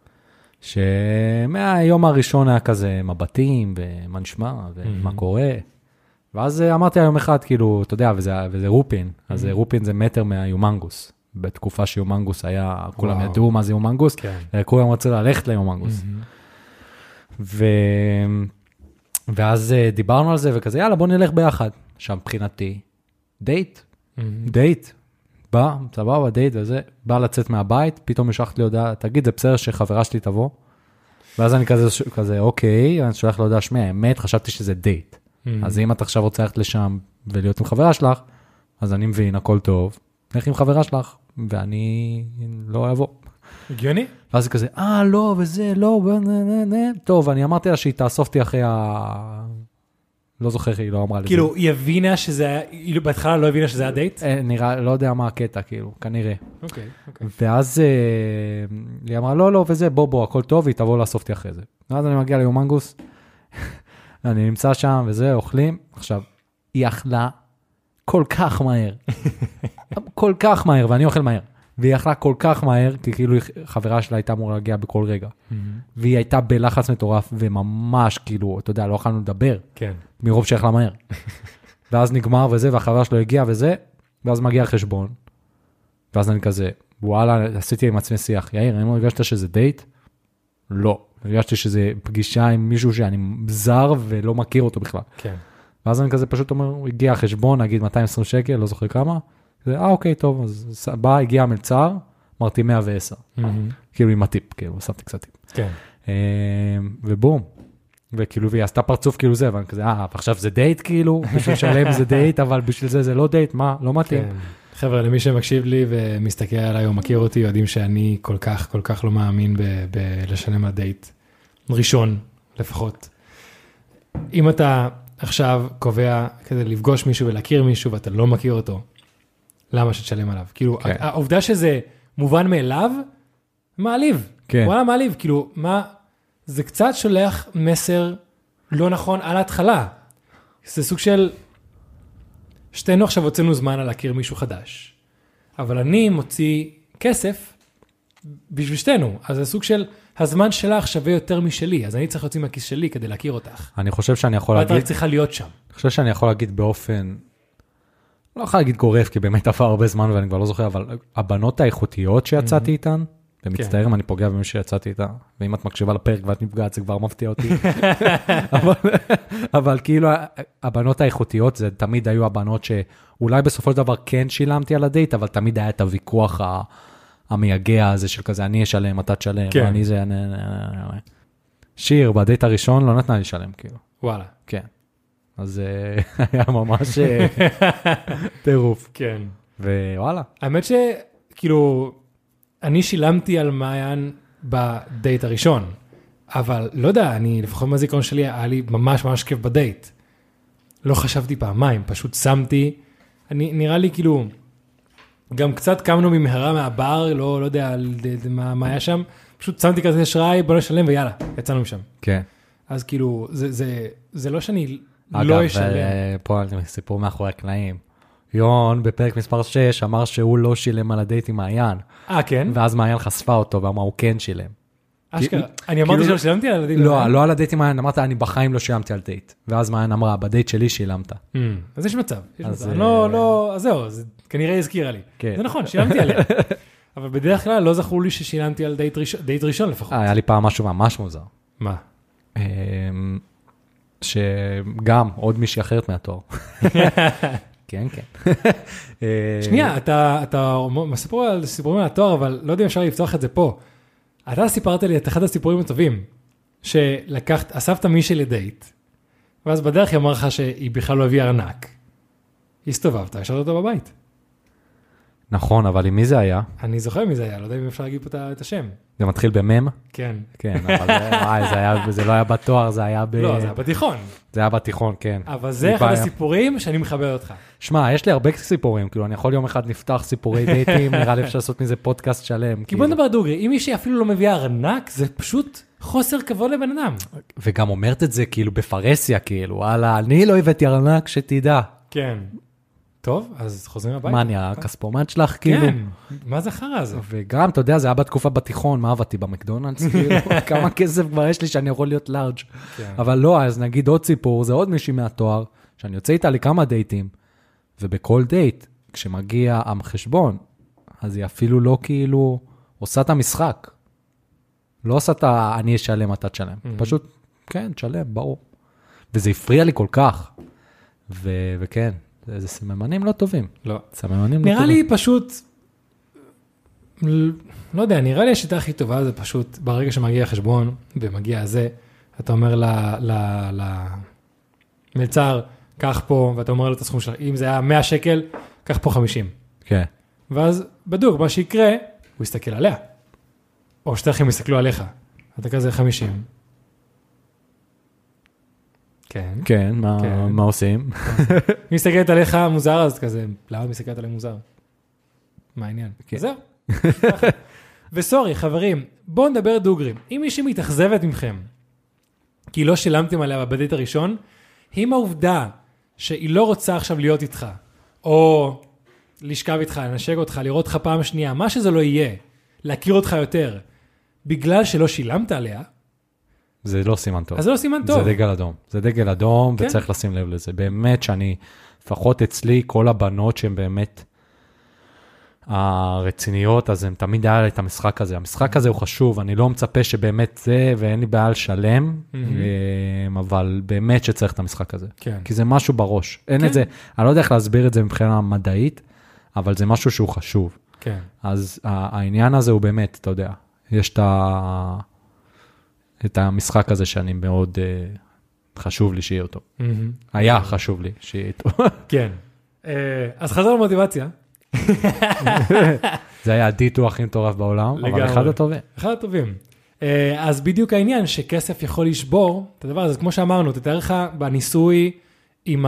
שמהיום הראשון היה כזה מבטים, ומה נשמע, ומה קורה. ואז אמרתי היום אחד, כאילו, אתה יודע, וזה רופין. אז רופין זה מטר מהיומנגוס. בתקופה שיומנגוס היה, כולם ידעו מה זה יומנגוס, כולם רצו ללכת ליומנגוס. ואז דיברנו על זה, וכזה, יאללה, בוא נלך ביחד. שם מבחינתי, דייט, בא, סבבה, דייט וזה, בא לצאת מהבית, פתאום משלחת לי הודעה, תגיד, זה בסדר שחברה שלי תבוא? ואז אני כזה, אוקיי, אני שולח לו הודעה, שמע, האמת, חשבתי שזה דייט. אז אם את עכשיו רוצה ללכת לשם ולהיות עם חברה שלך, אז אני מבין, הכל טוב, נלך עם חברה שלך, ואני לא אבוא. הגיוני? ואז זה כזה, לא, וזה, לא, טוב, אני אמרתי לה שהיא תאסוף אותי אחרי לא זוכר, היא לא אמרה לזה. כאילו, היא הבינה שזה היה, היא בהתחלה לא הבינה שזה היה דייט? נראה, לא יודע מה הקטע, כאילו, כנראה. אוקיי. ואז היא אמרה, לא, וזה, בוא, הכל טוב, היא תבוא לאסוף אותי אחרי זה. ואז אני מגיע ליומנגוס, אני נמצא שם וזה, אוכלים. עכשיו, היא אכלה כל כך מהר. כל כך מהר, ואני אוכל מהר. והיא אכלה כל כך מהר, כי כאילו חברה שלה הייתה אמורה להגיע בכל רגע. והיא הייתה בלחץ מטורף, וממש כאילו, אתה יודע, לא אכלנו לדבר. כן. מרוב שאכלה מהר. ואז נגמר וזה, והחברה שלו הגיע וזה, ואז מגיע חשבון. ואז אני כזה, וואלה, עשיתי עם עצמי שיח. יאיר, אני לא הרגשת שזה דייט? לא. הרגשתי שזה פגישה עם מישהו שאני זר ולא מכיר אותו בכלל. כן. ואז אני כזה פשוט אומר, הוא הגיע חשבון, נגיד 220 שקל, לא זוכר כמה. אוקיי, טוב, אז בא, הגיע המלצר, אמרתי 110. כאילו עם הטיפ, כאילו, עשיתי קצת טיפ. כן. ובום. וכאילו, והיא עשתה פרצוף כאילו זה, ואני כזה, עכשיו זה דייט כאילו, בשביל שלם זה דייט, אבל בשביל זה לא דייט, מה? לא מתאים. כן. חבר'ה, למי שמקשיב לי ומסתכל עליי או מכיר אותי, יודעים שאני כל כך לא מאמין בלשלם על דייט ראשון, לפחות. אם אתה עכשיו קובע כדי לפגוש מישהו ולהכיר מישהו, ואתה לא מכיר אותו, למה שתשלם עליו? כאילו, העובדה שזה מובן מאליו, מעליב. וואלה, מעליב. כאילו, מה, זה קצת שולח מסר לא נכון על ההתחלה. זה סוג של, שתינו עכשיו הוצאנו זמן על להכיר מישהו חדש, אבל אני מוציא כסף בשביל שתינו, אז זה סוג של, הזמן שלך שווה יותר משלי, אז אני צריך להוציא מהכיס שלי כדי להכיר אותך. אני חושב שאני יכול להגיד... ואתה צריכה להיות שם. אני חושב שאני יכול להגיד באופן... לא יכול להגיד גורף, כי באמת עבר הרבה זמן ואני כבר לא זוכר, אבל הבנות האיכותיות שיצאתי איתן, ומצטער אם אני פוגע במי שיצאתי איתה, ואם את מקשיבה לפרק ואת נפגעת, זה כבר מפתיע אותי. אבל כאילו, הבנות האיכותיות, זה תמיד היו הבנות שאולי בסופו של דבר כן שילמתי על הדייט, אבל תמיד היה את הוויכוח המייגע הזה של כזה, אני אשלם, אתה תשלם, ואני זה... שיר, בדייט הראשון לא נתנה לי לשלם, כאילו. וואלה. כן. אז היה ממש טירוף. כן. ווואלה. האמת שכאילו, אני שילמתי על מעיין בדייט הראשון, אבל לא יודע, אני לפחות מהזיכרון שלי, היה לי ממש כיף בדייט. לא חשבתי פעמיים, פשוט שמתי, נראה לי כאילו, גם קצת קמנו במהרה מהבר, לא יודע מה היה שם, פשוט שמתי כזה אשראי, בוא נשלם ויאללה, יצאנו משם. כן. אז כאילו, זה לא שאני לא אשלם. אגב, פה אני סיפור מאחורי הקלעים. יון בפרק מספר 6 אמר שהוא לא שילם על הדייט עם מעיין. כן? ואז מעיין חשפה אותו ואמר, הוא כן שילם. אשכרה, אני אמרתי שלא שילמתי על הדייט. לא על הדייט עם מעיין, אמרת, אני בחיים לא שילמתי על דייט. ואז מעיין אמרה, בדייט שלי שילמת. אז יש מצב. לא, אז זהו, זה כנראה הזכירה לי. זה נכון, שילמתי עליה. אבל בדרך כלל לא זכרו לי ששילמתי על דייט ראשון לפחות. היה לי פעם משהו ממש מוזר. מה? שגם עוד מישהי אחרת מהתואר. כן. שנייה, אתה מספר על סיפורים על התואר, אבל לא יודע אם אפשר לפתוח את זה פה. אתה סיפרת לי את אחד הסיפורים הטובים, שלקחת, אספת מישהי לדייט, ואז בדרך היא אמרה לך שהיא בכלל לא הביאה ארנק. הסתובבת, השארת אותו בבית. נכון, אבל עם מי זה היה? אני זוכר מי זה היה, לא יודע אם אפשר להגיד פה את השם. זה מתחיל במם? כן. כן, אבל זה לא היה בתואר, זה היה לא, זה היה בתיכון. זה היה בתיכון, כן. אבל זה אחד הסיפורים שאני מכבד אותך. שמע, יש לי הרבה סיפורים, כאילו, אני יכול יום אחד נפתח סיפורי דייטים, נראה לי אפשר לעשות מזה פודקאסט שלם. כי בוא נדבר דוגרי, אם מישהי אפילו לא מביאה ארנק, זה פשוט חוסר כבוד לבן אדם. וגם אומרת את זה כאילו בפרסיה, כאילו, וואלה, אני לא הבאתי ארנק, שתדע. כן. טוב, אז חוזרים הביתה. מה, אני הכספומט שלך, כאילו? כן, מה זה חרא הזה? וגם, אתה יודע, זה היה בתקופה בתיכון, מה עבדתי במקדונלדס, כאילו, כמה כסף כבר יש לי שאני יכול להיות לארג'. אבל לא, אז נגיד עוד סיפור, זה עוד מישהי מהתואר, שאני יוצא איתה לכמה דייטים, ובכל דייט, כשמגיע החשבון, אז היא אפילו לא כאילו עושה את המשחק. לא עושה את אני אשלם, אתה תשלם. פשוט, כן, תשלם, ברור. וזה הפריע לי כל כך. וכן. זה סממנים לא טובים. לא. סממנים לא טובים. נראה לי פשוט, לא יודע, נראה לי השיטה הכי טובה זה פשוט, ברגע שמגיע החשבון, ומגיע הזה, אתה אומר למלצר, קח פה, ואתה אומר לו את הסכום שלך, אם זה היה 100 שקל, קח פה 50. כן. ואז בדוק, מה שיקרה, הוא יסתכל עליה. או שתיכם יסתכלו עליך. אתה כזה 50. כן. כן, מה עושים? אם מסתכלת עליך מוזר, אז כזה, למה מסתכלת עליהם מוזר? מה העניין? זהו. וסורי, חברים, בואו נדבר דוגרי. אם מישהי מתאכזבת מכם, כי לא שילמתם עליה בדייט הראשון, אם העובדה שהיא לא רוצה עכשיו להיות איתך, או לשכב איתך, לנשק אותך, לראות אותך פעם שנייה, מה שזה לא יהיה, להכיר אותך יותר, בגלל שלא שילמת עליה, זה לא סימן טוב. אז זה לא סימן טוב. זה דגל אדום. זה דגל אדום, כן. וצריך לשים לב לזה. באמת שאני, לפחות אצלי, כל הבנות שהן באמת הרציניות, אז הן תמיד היה לי את המשחק הזה. המשחק הזה הוא חשוב, אני לא מצפה שבאמת זה, ואין לי בעיה לשלם, אבל באמת שצריך את המשחק הזה. כן. כי זה משהו בראש. אין את זה, אני לא יודע איך להסביר את זה מבחינה מדעית, אבל זה משהו שהוא חשוב. כן. אז העניין הזה הוא באמת, אתה יודע, יש את את המשחק הזה שאני מאוד חשוב לי שיהיה אותו. היה חשוב לי שיהיה אותו. כן. אז חזר למוטיבציה. זה היה הדיטו הכי מטורף בעולם, אבל אחד הטובים. אחד הטובים. אז בדיוק העניין שכסף יכול לשבור, את הדבר הזה, כמו שאמרנו, תתאר לך בניסוי עם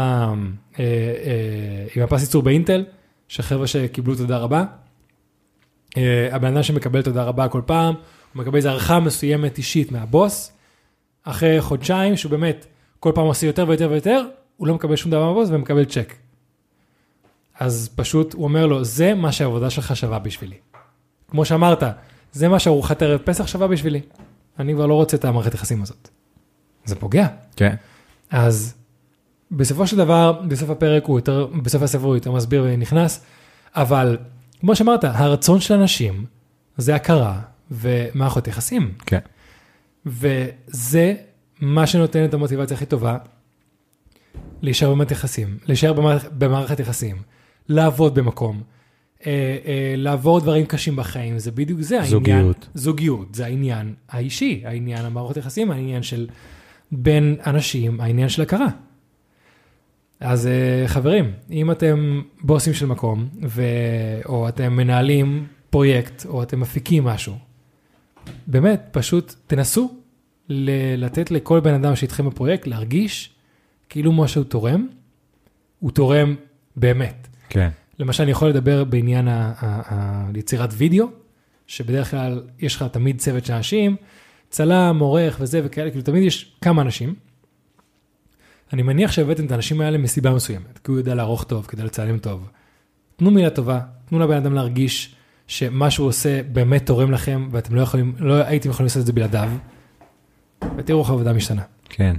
הפס ייצור באינטל, שחבר'ה שקיבלו תודה רבה, הבן אדם שמקבל תודה רבה כל פעם, הוא מקבל איזו הערכה מסוימת אישית מהבוס, אחרי חודשיים, שהוא באמת כל פעם עושה יותר ויותר ויותר, הוא לא מקבל שום דבר מהבוס ומקבל צ'ק. אז פשוט הוא אומר לו, זה מה שהעבודה שלך שווה בשבילי. כמו שאמרת, זה מה שארוחת ערב פסח שווה בשבילי. אני כבר לא רוצה את המערכת יחסים הזאת. זה פוגע. כן. אז בסופו של דבר, בסוף הפרק הוא יותר, בסוף הספר הוא יותר מסביר ונכנס, אבל כמו שאמרת, הרצון של אנשים זה הכרה ומערכות יחסים. כן. וזה מה שנותן את המוטיבציה הכי טובה, להישאר במערכת יחסים, להישאר במערכת יחסים, לעבוד במקום, לעבור דברים קשים בחיים, זה בדיוק זה העניין. זוגיות, זה העניין האישי, העניין המערכות יחסים, העניין של בין אנשים, העניין של הכרה. אז חברים, אם אתם בוסים של מקום, או אתם מנהלים פרויקט, או אתם מפיקים משהו, באמת, פשוט תנסו לתת לכל בן אדם שאיתכם בפרויקט, להרגיש כאילו מה שהוא תורם, הוא תורם באמת. כן. למשל, אני יכול לדבר בעניין היצירת וידאו, שבדרך כלל יש לך תמיד צוות של אנשים, צלם, עורך וזה וכאלה, כאילו תמיד יש כמה אנשים. אני מניח שהבאתם את האנשים האלה מסיבה מסוימת, כי הוא יודע לערוך טוב, כדי לצלם טוב. תנו מילה טובה, תנו לבן אדם להרגיש שמה שהוא עושה באמת תורם לכם, ואתם לא הייתם יכולים לעשות את זה בלעדיו, ותראו איך העבודה משתנה. כן.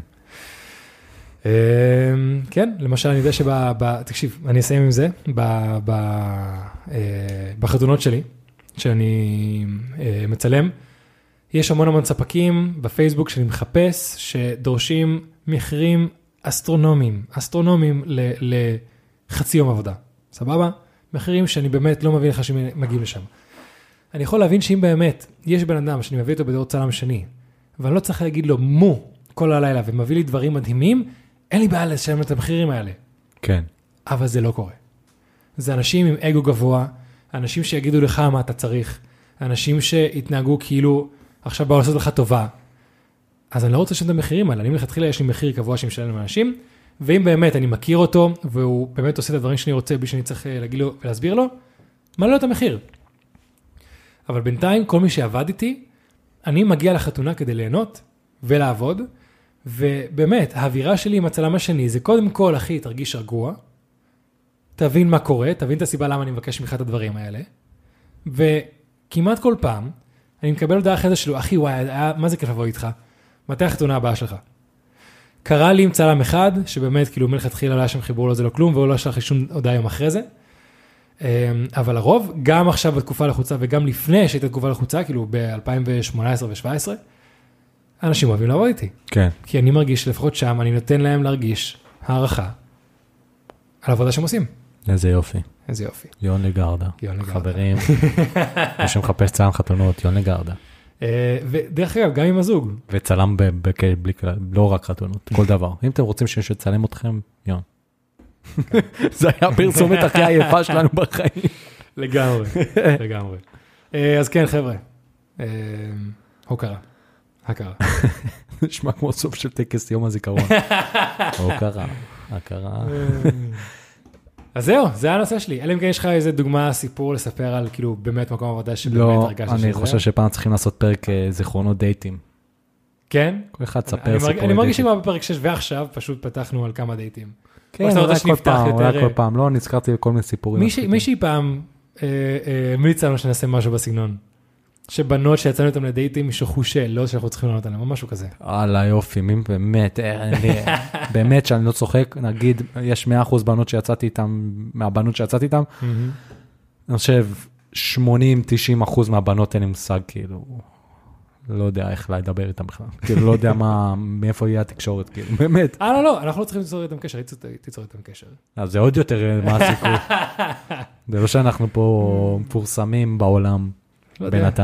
כן, למשל אני יודע תקשיב, אני אסיים עם זה, בחתונות שלי, שאני מצלם, יש המון ספקים בפייסבוק שאני מחפש, שדורשים מחירים אסטרונומיים לחצי יום עבודה. סבבה? מחירים שאני באמת לא מבין לך שמגיעים לשם. אני יכול להבין שאם באמת יש בן אדם שאני מביא אותו בתור צלם שני, ואני לא צריך להגיד לו כל הלילה, ומביא לי דברים מדהימים, אין לי בעיה לשלם את המחירים האלה. כן. אבל זה לא קורה. זה אנשים עם אגו גבוה, אנשים שיגידו לך מה אתה צריך, אנשים שהתנהגו כאילו עכשיו באו לעשות לך טובה. אז אני לא רוצה לשלם את המחירים האלה. אני מלכתחילה יש לי מחיר קבוע שמשלם לאנשים, ואם באמת אני מכיר אותו, והוא באמת עושה את הדברים שאני רוצה, בלי שאני צריך להגיד לו ולהסביר לו, מה לא את המחיר? אבל בינתיים, כל מי שעבד איתי, אני מגיע לחתונה כדי ליהנות ולעבוד, ובאמת, האווירה שלי עם הצלם השני, זה קודם כל, אחי, תרגיש רגוע, תבין מה קורה, תבין את הסיבה למה אני מבקש ממך את הדברים האלה, וכמעט כל פעם, אני מקבל הודעה אחרי זה שלו, אחי, וואי, מה זה כיף לבוא איתך? מתי החתונה הבאה שלך? קרה לי עם צלם אחד, שבאמת, כאילו, מלכתחילה לא היה שם חיבור לו, זה לא כלום, והוא לא שלח לי שום הודעה יום אחרי זה, אבל הרוב, גם עכשיו בתקופה לחוצה, וגם לפני שהייתה תקופה לחוצה, כאילו ב-2018 ו-2017, אנשים אוהבים לעבוד איתי. כן. כי אני מרגיש שלפחות שם, אני נותן להם להרגיש הערכה על העבודה שהם עושים. איזה יופי. איזה יופי. יון לגרדה. חברים, מי שמחפש צלם חתונות, יון לגרדה. ודרך אגב, גם עם הזוג. וצלם בלי כלל, לא רק חתונות, כל דבר. אם אתם רוצים שיש לצלם אתכם, יון. זה היה פרסומת הכי עייפה שלנו בחיים. לגמרי, לגמרי. אז כן, חבר'ה, הוקרה. הכרה. נשמע כמו סוף של טקס יום הזיכרון. הוקרה, הכרה. אז זהו, זה הנושא שלי. אלא אם כן יש לך איזה דוגמה, סיפור לספר על כאילו באמת מקום עבודה שבאמת הרגשת שזה. לא, אני חושב שפעם צריכים לעשות פרק זיכרונות דייטים. כן? כל אחד ספר סיפורי דייטים. אני מרגיש שמה בפרק 6 ועכשיו פשוט פתחנו על כמה דייטים. כן, אולי כל פעם, לא, נזכרתי כל מיני סיפורים. מישהי פעם המליצה לנו שנעשה משהו בסגנון. שבנות שיצאנו איתם לדייטים ישכחו שאלות שאנחנו צריכים לענות עליהם, או משהו כזה. אללה יופי, באמת שאני לא צוחק, נגיד, יש 100% בנות שיצאתי איתם, מהבנות שיצאתי איתם, אני חושב 80-90% מהבנות אין לי מושג, כאילו, לא יודע איך לדבר איתם בכלל, כאילו לא יודע מאיפה יהיה התקשורת, כאילו, באמת. לא, אנחנו לא צריכים ליצור איתם קשר, תיצור איתם קשר. אז זה עוד יותר מה הסיכוי. זה לא שאנחנו פה מפורסמים בעולם. בינתיים.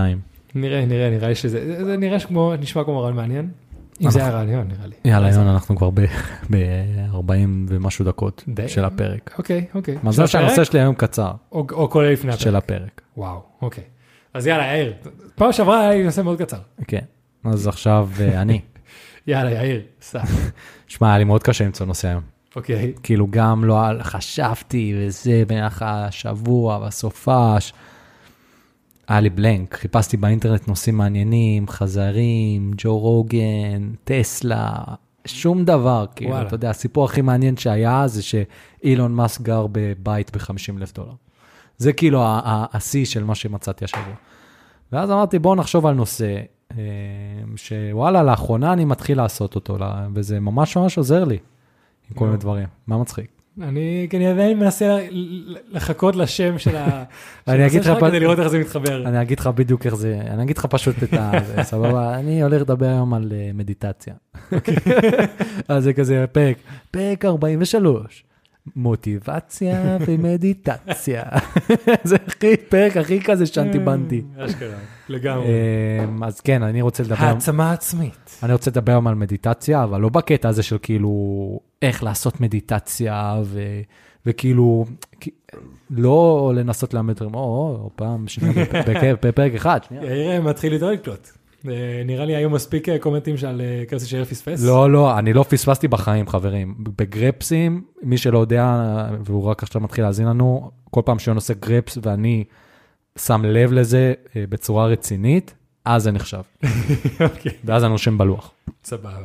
נראה לי שזה, זה נשמע כמו רעיון מעניין. אם זה היה רעיון, נראה לי. יאללה, יון, אנחנו כבר ב-40 ומשהו דקות של הפרק. אוקיי. מזל שהנושא שלי היום קצר. או כולל לפני הפרק. של הפרק. וואו, אוקיי. אז יאללה, יאיר. פעם שעברה היה לי נושא מאוד קצר. כן. אז עכשיו אני. יאללה, יאיר, סע. שמע, היה לי מאוד קשה למצוא נושא היום. אוקיי. כאילו גם לא חשבתי וזה במהלך השבוע והסופש. היה לי בלנק, חיפשתי באינטרנט נושאים מעניינים, חזרים, ג'ו רוגן, טסלה, שום דבר. כאילו, אתה יודע, הסיפור הכי מעניין שהיה זה שאילון מאסק גר בבית ב$50,000. זה כאילו השיא של מה שמצאתי השבוע. ואז אמרתי, בואו נחשוב על נושא, שוואלה, לאחרונה אני מתחיל לעשות אותו, וזה ממש עוזר לי, עם כל מיני דברים. מה מצחיק? אני עדיין מנסה לחכות לשם של הנושא שלך כדי לראות איך זה מתחבר. אני אגיד לך בדיוק איך זה, אני אגיד לך פשוט את סבבה, אני הולך לדבר היום על מדיטציה. אז זה כזה פרק 43. מוטיבציה ומדיטציה. זה פרק הכי כזה שנתי בנתי. אשכרה, לגמרי. אז כן, אני רוצה לדבר... העצמה עצמית. אני רוצה לדבר על מדיטציה, אבל לא בקטע הזה של כאילו, איך לעשות מדיטציה, וכאילו, לא לנסות לאמד, פעם שנייה, בפרק אחד, שנייה. יאיר מתחיל איתו לקלוט. נראה לי היו מספיק קומנטים שעל קרסי שייר פספס. לא, אני לא פספסתי בחיים, חברים. בגרפסים, מי שלא יודע, והוא רק עכשיו מתחיל להזין לנו, כל פעם שהוא נושא גרפס, ואני שם לב לזה בצורה רצינית, אז זה נחשב. ואז אני נושם בלוח. סבבה.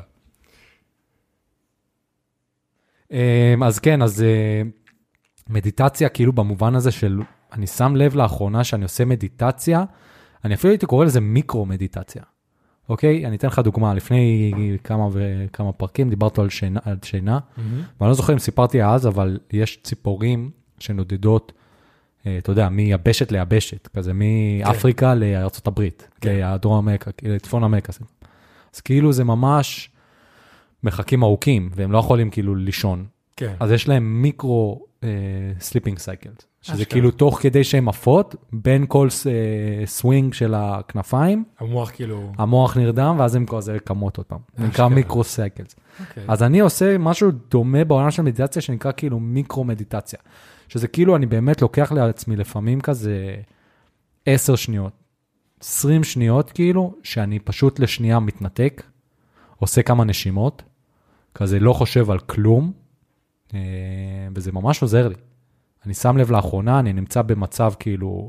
אז כן, אז מדיטציה, כאילו במובן הזה של, אני שם לב לאחרונה שאני עושה מדיטציה, אני אפילו הייתי קורא לזה מיקרו-מדיטציה. אוקיי? אני אתן לך דוגמה, לפני כמה וכמה פרקים דיברתי על שינה, ואני לא זוכר אם סיפרתי אז, אבל יש ציפורים שנודדות, אתה יודע, מיבשת ליבשת, כזה מאפריקה לארצות הברית, לדרום אמריקה, לצפון אמריקה. אז כאילו זה ממש מחכים ארוכים, והם לא יכולים כאילו לישון. אז יש להם מיקרו סליפינג סייקלס. שזה כאילו תוך כדי שהן עפות, בין כל סווינג של הכנפיים, המוח נרדם, ואז הן כזה קמות אותם. זה נקרא מיקרו-סייקלס. אז אני עושה משהו דומה בעולם של מדיטציה, שנקרא כאילו מיקרו-מדיטציה. שזה כאילו אני באמת לוקח לעצמי לפעמים כזה 10 שניות, 20 שניות כאילו, שאני פשוט לשנייה מתנתק, עושה כמה נשימות, כזה לא חושב על כלום, וזה ממש עוזר לי. אני שם לב לאחרונה, אני נמצא במצב כאילו,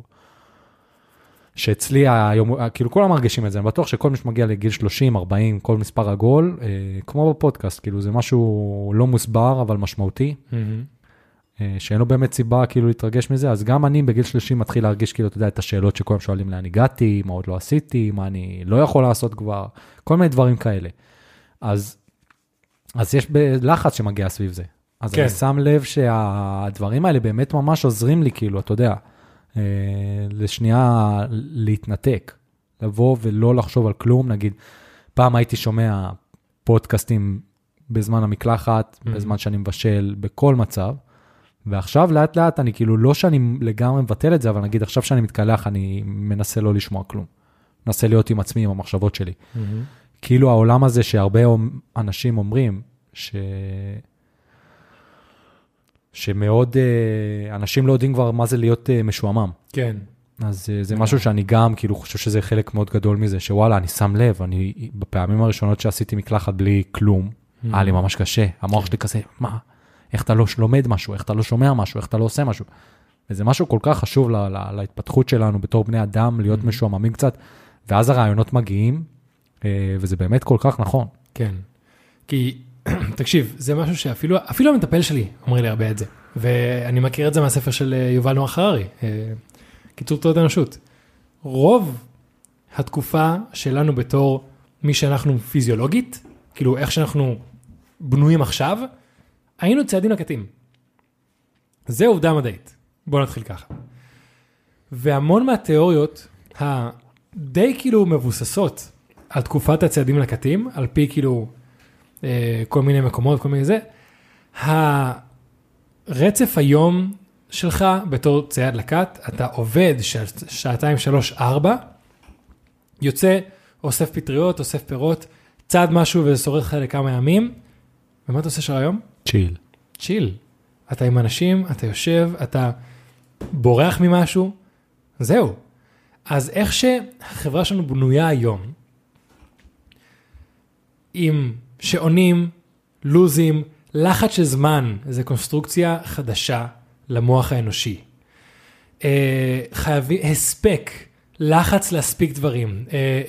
שאצלי היום, כאילו כולם מרגישים את זה, אני בטוח שכל מי שמגיע לגיל 30, 40, כל מספר עגול, כמו בפודקאסט, כאילו זה משהו לא מוסבר, אבל משמעותי, שאין לו באמת סיבה כאילו להתרגש מזה, אז גם אני בגיל 30 מתחיל להרגיש כאילו, אתה יודע, את השאלות שכולם שואלים לאן הגעתי, מה עוד לא עשיתי, מה אני לא יכול לעשות כבר, כל מיני דברים כאלה. אז יש לחץ שמגיע סביב זה. אז אני שם לב שהדברים האלה באמת ממש עוזרים לי, כאילו, אתה יודע, לשנייה להתנתק, לבוא ולא לחשוב על כלום, נגיד, פעם הייתי שומע פודקאסטים בזמן המקלחת, בזמן שאני מבשל, בכל מצב, ועכשיו לאט לאט אני כאילו, לא שאני לגמרי מבטל את זה, אבל נגיד עכשיו שאני מתקלח, אני מנסה לא לשמוע כלום. מנסה להיות עם עצמי, עם המחשבות שלי. כאילו העולם הזה שהרבה אנשים אומרים, שמאוד, אנשים לא יודעים כבר מה זה להיות משועמם. כן. אז זה משהו שאני גם, כאילו, חושב שזה חלק מאוד גדול מזה, שוואלה, אני שם לב, אני, בפעמים הראשונות שעשיתי מקלחת בלי כלום, היה לי ממש קשה. המוח שלי כזה, מה? איך אתה לא לומד משהו? איך אתה לא שומע משהו? איך אתה לא עושה משהו? וזה משהו כל כך חשוב להתפתחות שלנו בתור בני אדם, להיות משועממים קצת, ואז הרעיונות מגיעים, וזה באמת כל כך נכון. כן. כי תקשיב, זה משהו שאפילו המטפל שלי אומר לי הרבה את זה, ואני מכיר את זה מהספר של יובל נוח הררי, קיצור תולדות האנושות. רוב התקופה שלנו בתור מי שאנחנו פיזיולוגית, כאילו איך שאנחנו בנויים עכשיו, היינו צעדים לקטים. זה עובדה מדעית. בואו נתחיל ככה. והמון מהתיאוריות הדי כאילו מבוססות על תקופת הצעדים לקטים, על פי כאילו כל מיני מקומות, כל מיני זה, הרצף היום שלך בתור צייד לקט, אתה עובד שעתיים, 3, 4, יוצא, אוסף פטריות, אוסף פירות, צעד משהו וזה שורד לך לכמה ימים, ומה אתה עושה של היום? צ'יל. צ'יל. אתה עם אנשים, אתה יושב, אתה בורח ממשהו, זהו. אז איך שהחברה שלנו בנויה היום, עם שעונים, לוזים, לחץ של זמן, זו קונסטרוקציה חדשה למוח האנושי. חייבים, הספק, לחץ להספיק דברים.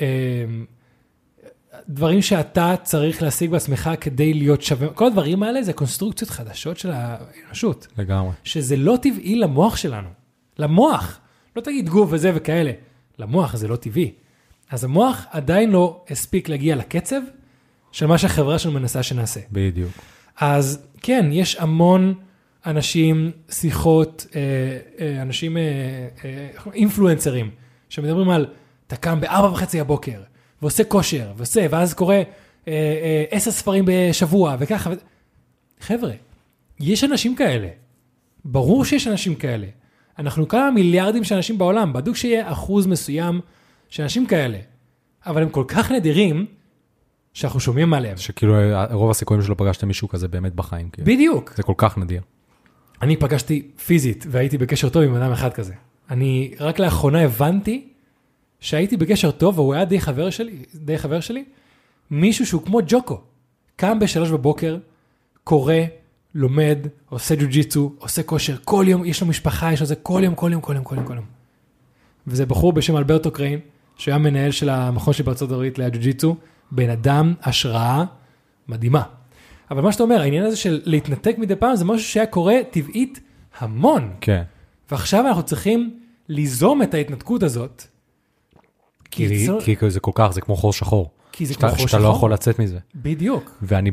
דברים שאתה צריך להשיג בעצמך כדי להיות שווה. כל הדברים האלה זה קונסטרוקציות חדשות של האנושות. לגמרי. שזה לא טבעי למוח שלנו. למוח. לא תגיד גוף וזה וכאלה. למוח זה לא טבעי. אז המוח עדיין לא הספיק להגיע לקצב של מה שהחברה שלנו מנסה שנעשה. בדיוק. אז כן, יש המון אנשים, שיחות, אנשים אינפלואנסרים, שמדברים על, אתה קם ב-4:30 הבוקר, ועושה כושר, ואז קורא 10 ספרים בשבוע, וככה. חבר'ה, יש אנשים כאלה. ברור שיש אנשים כאלה. אנחנו כמה מיליארדים של אנשים בעולם, בדוק שיהיה אחוז מסוים של אנשים כאלה. אבל הם כל כך נדירים, שאנחנו שומעים עליהם. שכאילו רוב הסיכויים שלא פגשתם מישהו כזה באמת בחיים. בדיוק. זה כל כך נדיר. אני פגשתי פיזית, והייתי בקשר טוב עם אדם אחד כזה. אני רק לאחרונה הבנתי, שהייתי בקשר טוב, והוא היה די חבר שלי, מישהו שהוא כמו ג'וקו. קם ב-3 בבוקר, קורא, לומד, עושה ג'ו-ג'יצו, עושה כושר, כל יום, יש לו משפחה, יש לו זה כל יום. וזה בחור בשם אלברטו קריין, שהיה מנהל של המכון של בארצות הברית לג'ו-ג'יצו, בן אדם, השראה, מדהימה. אבל מה שאתה אומר, העניין הזה של להתנתק מדי פעם, זה משהו שהיה קורה טבעית המון. כן. ועכשיו אנחנו צריכים ליזום את ההתנתקות הזאת. כי זה כל כך, זה כמו חור שחור. כי זה כמו חור שחור. שאתה לא יכול לצאת מזה. בדיוק. ואני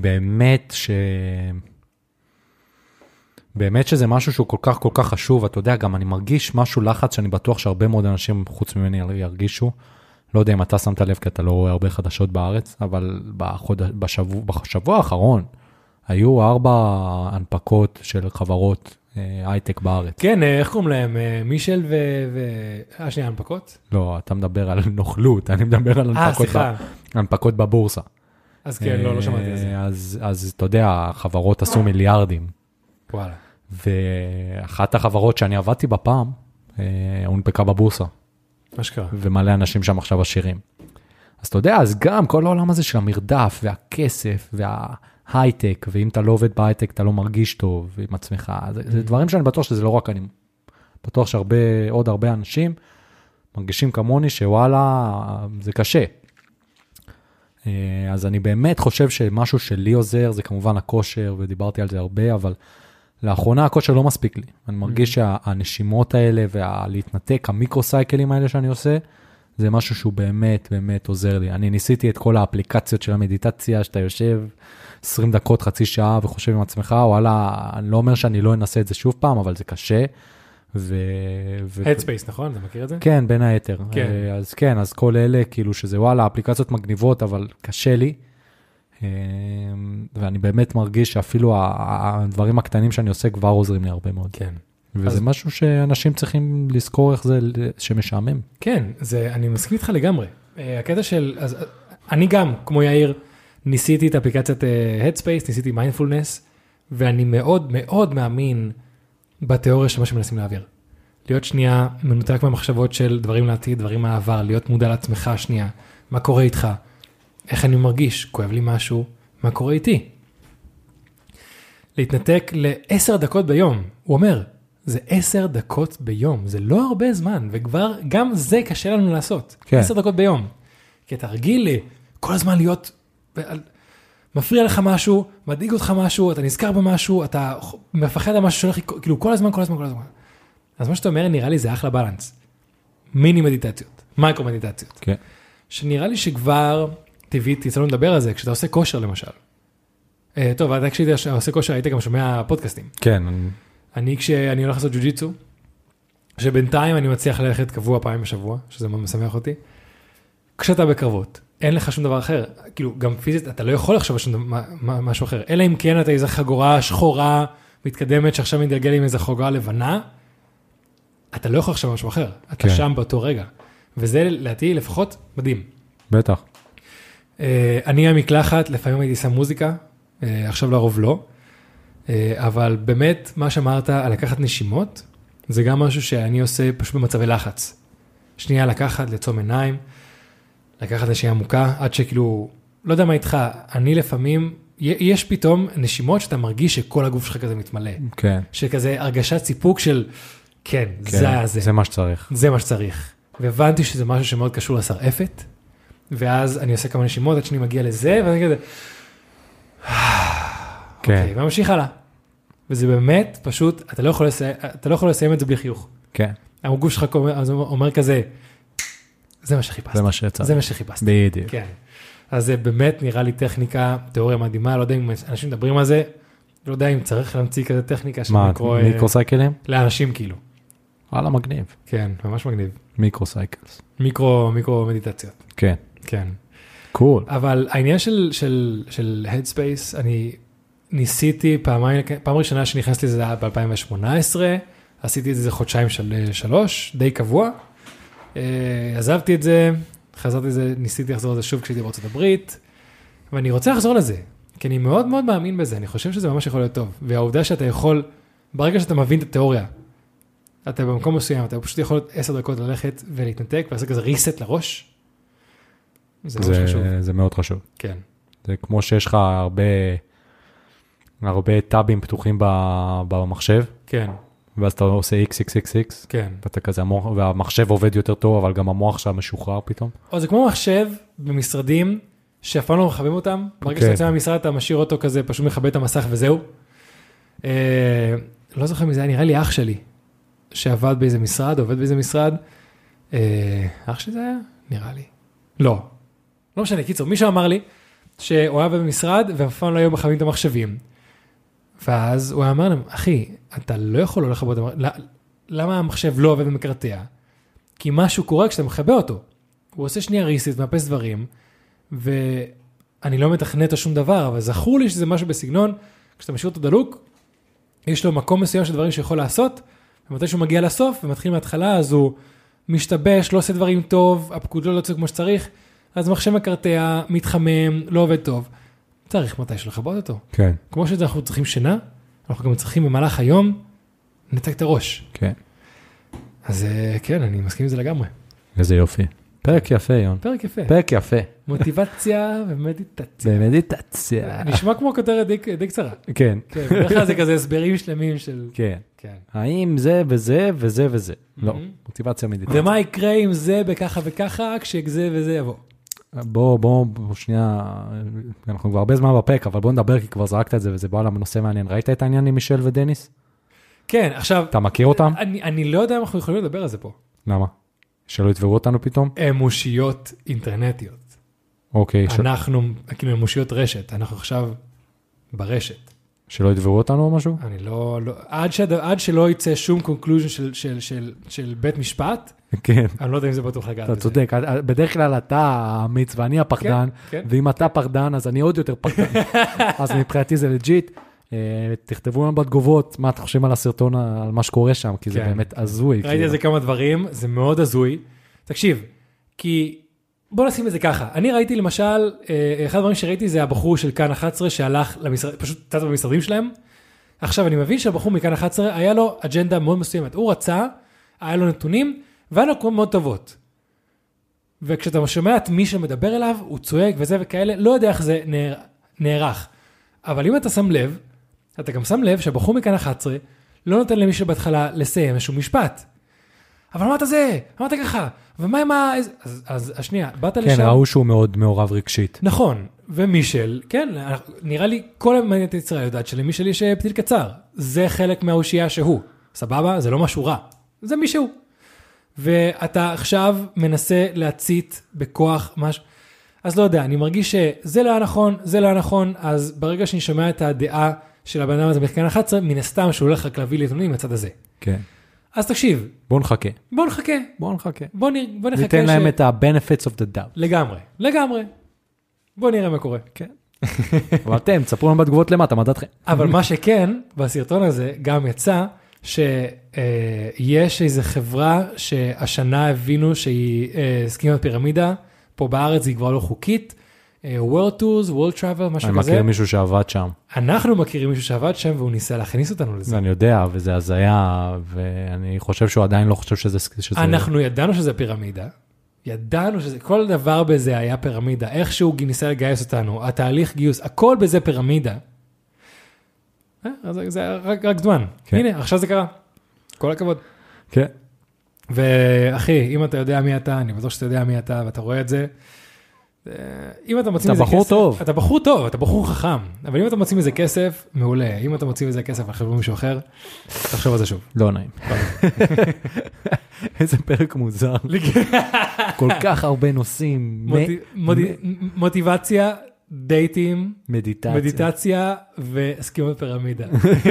באמת שזה משהו שהוא כל כך חשוב, אתה יודע, גם אני מרגיש משהו לחץ שאני בטוח שהרבה מאוד אנשים חוץ ממני ירגישו. לא יודע אם אתה שמת לב, כי אתה לא רואה הרבה חדשות בארץ, אבל בשבוע האחרון היו 4 הנפקות של חברות הייטק בארץ. כן, איך קוראים להם? מישל שנייה, הנפקות? לא, אתה מדבר על נוכלות, אני מדבר על הנפקות בבורסה. אז כן, לא שמעתי על זה. אז אתה יודע, החברות עשו מיליארדים. וואלה. ואחת החברות שאני עבדתי בפעם, הונפקה בבורסה. מה שקרה. ומלא אנשים שם עכשיו עשירים. אז אתה יודע, אז גם כל העולם הזה של המרדף והכסף וההייטק, ואם אתה לא עובד בהייטק, אתה לא מרגיש טוב עם עצמך. זה דברים שאני בטוח שזה לא רק אני. בטוח שעוד הרבה אנשים מרגישים כמוני שוואלה, זה קשה. אז אני באמת חושב שמשהו שלי עוזר, זה כמובן הכושר, ודיברתי על זה הרבה, אבל לאחרונה הכושר לא מספיק לי. אני מרגיש שהנשימות האלה והלהתנתק, המיקרוסייקלים האלה שאני עושה, זה משהו שהוא באמת, באמת עוזר לי. אני ניסיתי את כל האפליקציות של המדיטציה, שאתה יושב 20 דקות, חצי שעה, וחושב עם עצמך, וואלה, אני לא אומר שאני לא אנסה את זה שוב פעם, אבל זה קשה. Headspace, נכון? אתה מכיר את זה? כן, בין היתר. כן. אז כן, אז כל אלה, כאילו שזה וואלה, אפליקציות מגניבות, אבל קשה לי. ואני באמת מרגיש שאפילו הדברים הקטנים שאני עושה כבר עוזרים לי הרבה מאוד. כן. וזה משהו שאנשים צריכים לזכור איך זה שמשעמם. כן, אני מסכים איתך לגמרי. הקטע של, אני גם, כמו יאיר, ניסיתי את אפליקציית Headspace, ניסיתי Mindfulness, ואני מאוד מאוד מאמין בתיאוריה של מה שמנסים להעביר. להיות שנייה מנותק מהמחשבות של דברים לעתיד, דברים מהעבר, להיות מודע לעצמך שנייה, מה קורה איתך, איך אני מרגיש, כואב לי משהו, מה קורה איתי. להתנתק ל10 דקות ביום, הוא אומר, זה 10 דקות ביום, זה לא הרבה זמן, וכבר גם זה קשה לנו לעשות, כן. 10 דקות ביום. כי אתה רגיל כל הזמן להיות, מפריע לך משהו, מדאיג אותך משהו, אתה נזכר במשהו, אתה מפחד על משהו שהולך, כאילו כל הזמן. אז מה שאתה אומר, נראה לי זה אחלה בלנס. מיני מדיטציות, מייקרו מדיטציות. כן. שנראה לי שכבר טבעית, יצא לנו לדבר על זה, כשאתה עושה כושר למשל. טוב, אתה כשאתה עושה כושר, היית גם שומע פודקאסטים. כן. כשאני הולך לעשות ג'ו-ג'יצו, שבינתיים אני מצליח ללכת קבוע פעמים בשבוע, שזה מאוד משמח אותי. כשאתה בקרבות, אין לך שום דבר אחר. כאילו, גם פיזית, אתה לא יכול לחשוב על משהו אחר. אלא אם כן אתה איזו חגורה שחורה, מתקדמת, שעכשיו מתגלגל עם איזו חגורה לבנה, אתה לא יכול לחשוב על משהו אחר. אתה שם באותו רגע. וזה לדעתי לפחות מדהים. בטח. אני המקלחת, לפעמים הייתי שם מוזיקה, עכשיו לרוב לא, אבל באמת מה שאמרת על לקחת נשימות, זה גם משהו שאני עושה פשוט במצבי לחץ. שנייה לקחת, לעצום עיניים, לקחת נשימה עמוקה, עד שכאילו, לא יודע מה איתך, אני לפעמים, יש פתאום נשימות שאתה מרגיש שכל הגוף שלך כזה מתמלא. כן. שכזה הרגשת סיפוק של, כן, כן, זה מה שצריך. זה מה שצריך. והבנתי שזה משהו שמאוד קשור לשרעפת, ואז אני עושה כמה נשימות, עד שאני מגיע לזה, ואני כזה, אוקיי, וממשיך הלאה. וזה באמת פשוט, אתה לא יכול לסיים את זה בלי חיוך. כן. הגוף שלך אומר כזה, זה מה שחיפשת. זה מה שצריך. זה מה שחיפשת. בדיוק. כן. אז זה באמת נראה לי טכניקה, תיאוריה מדהימה, לא יודע אם אנשים מדברים על זה, לא יודע אם צריך להמציא כזה טכניקה של מיקרוסייקלים? לאנשים כאילו. וואלה, מגניב. כן, ממש מגניב. מיקרוסייקלס. מיקרו מדיטציות. כן. כן. קול. אבל העניין של Headspace, אני ניסיתי פעם ראשונה שנכנסתי לזה ב-2018, עשיתי את זה חודשיים שלוש, די קבוע, עזבתי את זה, חזרתי לזה, ניסיתי לחזור לזה שוב כשהייתי בארצות הברית, ואני רוצה לחזור לזה, כי אני מאוד מאוד מאמין בזה, אני חושב שזה ממש יכול להיות טוב, והעובדה שאתה יכול, ברגע שאתה מבין את התיאוריה, אתה במקום מסוים, אתה פשוט יכול 10 דקות ללכת ולהתנתק, ולעשות כזה ריסט לראש, זה ממש חשוב. זה מאוד חשוב. כן. זה כמו שיש לך הרבה טאבים פתוחים במחשב, כן. ואז אתה עושה XXXX, כן. ואתה כזה, והמחשב עובד יותר טוב, אבל גם המוח שם משוחרר פתאום. או זה כמו מחשב במשרדים, שאף פעם לא מכבים אותם, ברגע שאתה יוצא מהמשרד, אתה משאיר אותו כזה, פשוט מכבה את המסך וזהו. לא זוכר מזה, נראה לי אח שלי, שעבד באיזה משרד, עובד באיזה משרד. אח שלי זה היה? נראה לי. לא. לא משנה, קיצור, מישהו אמר לי, שהוא היה במשרד, ואף פעם לא היו מכבים את המחשבים. ואז הוא אמר להם, אחי, אתה לא יכול לא לכבות את המחשב, למה המחשב לא עובד במקרטע? כי משהו קורה כשאתה מכבה אותו. הוא עושה שנייה ריסט, מאפס דברים, ואני לא מתכנת או שום דבר, אבל זכור לי שזה משהו בסגנון, כשאתה משאיר אותו דלוק, יש לו מקום מסוים של דברים שיכול לעשות, ומתי שהוא מגיע לסוף, ומתחיל מההתחלה, אז הוא משתבש, לא עושה דברים טוב, הפקוד לא יוצא כמו שצריך, אז מחשב מקרטע, מתחמם, לא עובד טוב. צריך מתישהו לכבות אותו. כן. כמו שאנחנו צריכים שינה, אנחנו גם צריכים במהלך היום, נתק את הראש. כן. אז כן, אני מסכים עם זה לגמרי. איזה יופי. פרק יפה, יון. פרק יפה. פרק יפה. מוטיבציה ומדיטציה. במדיטציה. נשמע כמו כותרת די קצרה. כן. כן, בדרך כלל זה כזה הסברים שלמים של... כן. כן. האם זה וזה וזה וזה? לא, מוטיבציה מדיטציה. ומה יקרה אם זה בככה וככה, כשזה וזה יבוא? בוא שנייה, אנחנו כבר הרבה זמן בפרק, אבל בוא נדבר, כי כבר זרקת את זה, וזה בא לנושא מעניין. ראית את העניין עם מישל ודניס? כן, עכשיו... אתה מכיר אותם? אני לא יודע אם אנחנו יכולים לדבר על זה פה. למה? שלא יתברו אותנו פתאום? אמושיות אינטרנטיות. אוקיי. אנחנו, כאילו אמושיות רשת, אנחנו עכשיו ברשת. שלא יתברו אותנו או משהו? אני לא, עד שלא יצא שום קונקלוז'ן של בית משפט, כן. אני לא יודע אם זה בטוח לגעת בזה. אתה צודק, בדרך כלל אתה האמיץ ואני הפחדן, ואם אתה פחדן אז אני עוד יותר פחדן. אז מבחינתי זה לג'יט, תכתבו לנו בתגובות מה אתה חושב על הסרטון, על מה שקורה שם, כי זה באמת הזוי. ראיתי על זה כמה דברים, זה מאוד הזוי. תקשיב, כי בוא נשים את זה ככה, אני ראיתי למשל, אחד הדברים שראיתי זה הבחור של כאן 11 שהלך למשרד, פשוט טס במשרדים שלהם, עכשיו אני מבין שהבחור מכאן 11 היה לו אג'נדה מאוד מסוימת, הוא רצה, היה לו נתונים, והיה לו קודם מאוד טובות. וכשאתה שומע את מי שמדבר אליו, הוא צועק וזה וכאלה, לא יודע איך זה נערך. אבל אם אתה שם לב, אתה גם שם לב שהבחור מכאן 11 לא נותן למי שבהתחלה לסיים איזשהו משפט. אבל מה אתה זה? מה אתה ככה? ומה מה... אז השנייה, באת לשם... כן, ראו שהוא מאוד מעורב רגשית. נכון, ומישל, כן, נראה לי כל המדינת ישראל יודעת שלמישל יש פתיל קצר. זה חלק מהאושייה שהוא. סבבה? זה לא משהו רע. זה מישהו. ואתה עכשיו מנסה להצית בכוח משהו. אז לא יודע, אני מרגיש שזה לא היה נכון, זה לא היה נכון, אז ברגע שאני שומע את הדעה של הבן אדם הזה בכאן 11, מן הסתם שהוא הולך רק להביא לעיתונים לצד הזה. כן. אז תקשיב. בוא נחכה. בוא נחכה. בוא נחכה. ניתן להם את ה-benefits of the doubt. לגמרי. בוא נראה מה קורה. כן. אבל אתם, תספרו לנו בתגובות למטה, מה דעתכם? אבל מה שכן, בסרטון הזה גם יצא שיש איזו חברה שהשנה הבינו שהיא הסכימה פירמידה, פה בארץ היא כבר לא חוקית, World Tours, World Travel, משהו כזה. אני מכיר מישהו שעבד שם. אנחנו מכירים מישהו שעבד שם, והוא ניסה להכניס אותנו לזה. אני יודע, וזה הזיה, ואני חושב שהוא עדיין לא חושב שזה... אנחנו ידענו שזה פירמידה, ידענו שזה, כל דבר בזה היה פירמידה, איכשהו ניסה לגייס אותנו, התהליך גיוס, הכל בזה פירמידה. אז זה רק זמן. הנה, עכשיו זה קרה. כל הכבוד. כן. ואחי, אם אתה יודע מי אתה, אני בטוח שאתה יודע מי אתה, ואתה רואה את זה, אם אתה מוציא מזה כסף... אתה בחור טוב. אתה בחור טוב, אתה בחור חכם. אבל אם אתה מוציא מזה כסף, מעולה. אם אתה מוציא מזה כסף על חשבון מישהו אחר, תחשוב על זה שוב. לא נעים. איזה פרק מוזר. כל כך הרבה נושאים. מוטיבציה, דייטים, מדיטציה והסכימות פירמידה.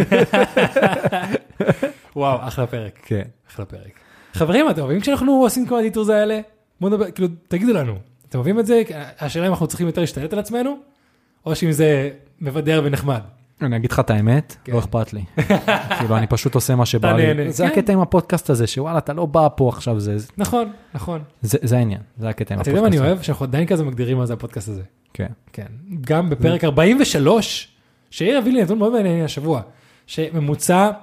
וואו, אחלה פרק. כן. אחלה פרק. חברים, אתם אוהבים כשאנחנו עושים כל הדיטורס האלה? בואו נדבר, כאילו, תגידו לנו. אתם אוהבים את זה? השאלה אם אנחנו צריכים יותר להשתלט על עצמנו, או שאם זה מבדר ונחמד. אני אגיד לך את האמת, לא אכפת לי. כאילו, אני פשוט עושה מה שבא לי. זה הקטע עם הפודקאסט הזה, שוואלה, אתה לא בא פה עכשיו, זה... נכון, נכון. זה העניין, זה הקטע עם הפודקאסט. אתה יודע מה אני אוהב? שאנחנו עדיין כזה מגדירים מה זה הפודקאסט הזה. כן. כן. גם בפרק 43, שאיר הביא לי נתון מאוד מעניין השבוע, שממוצע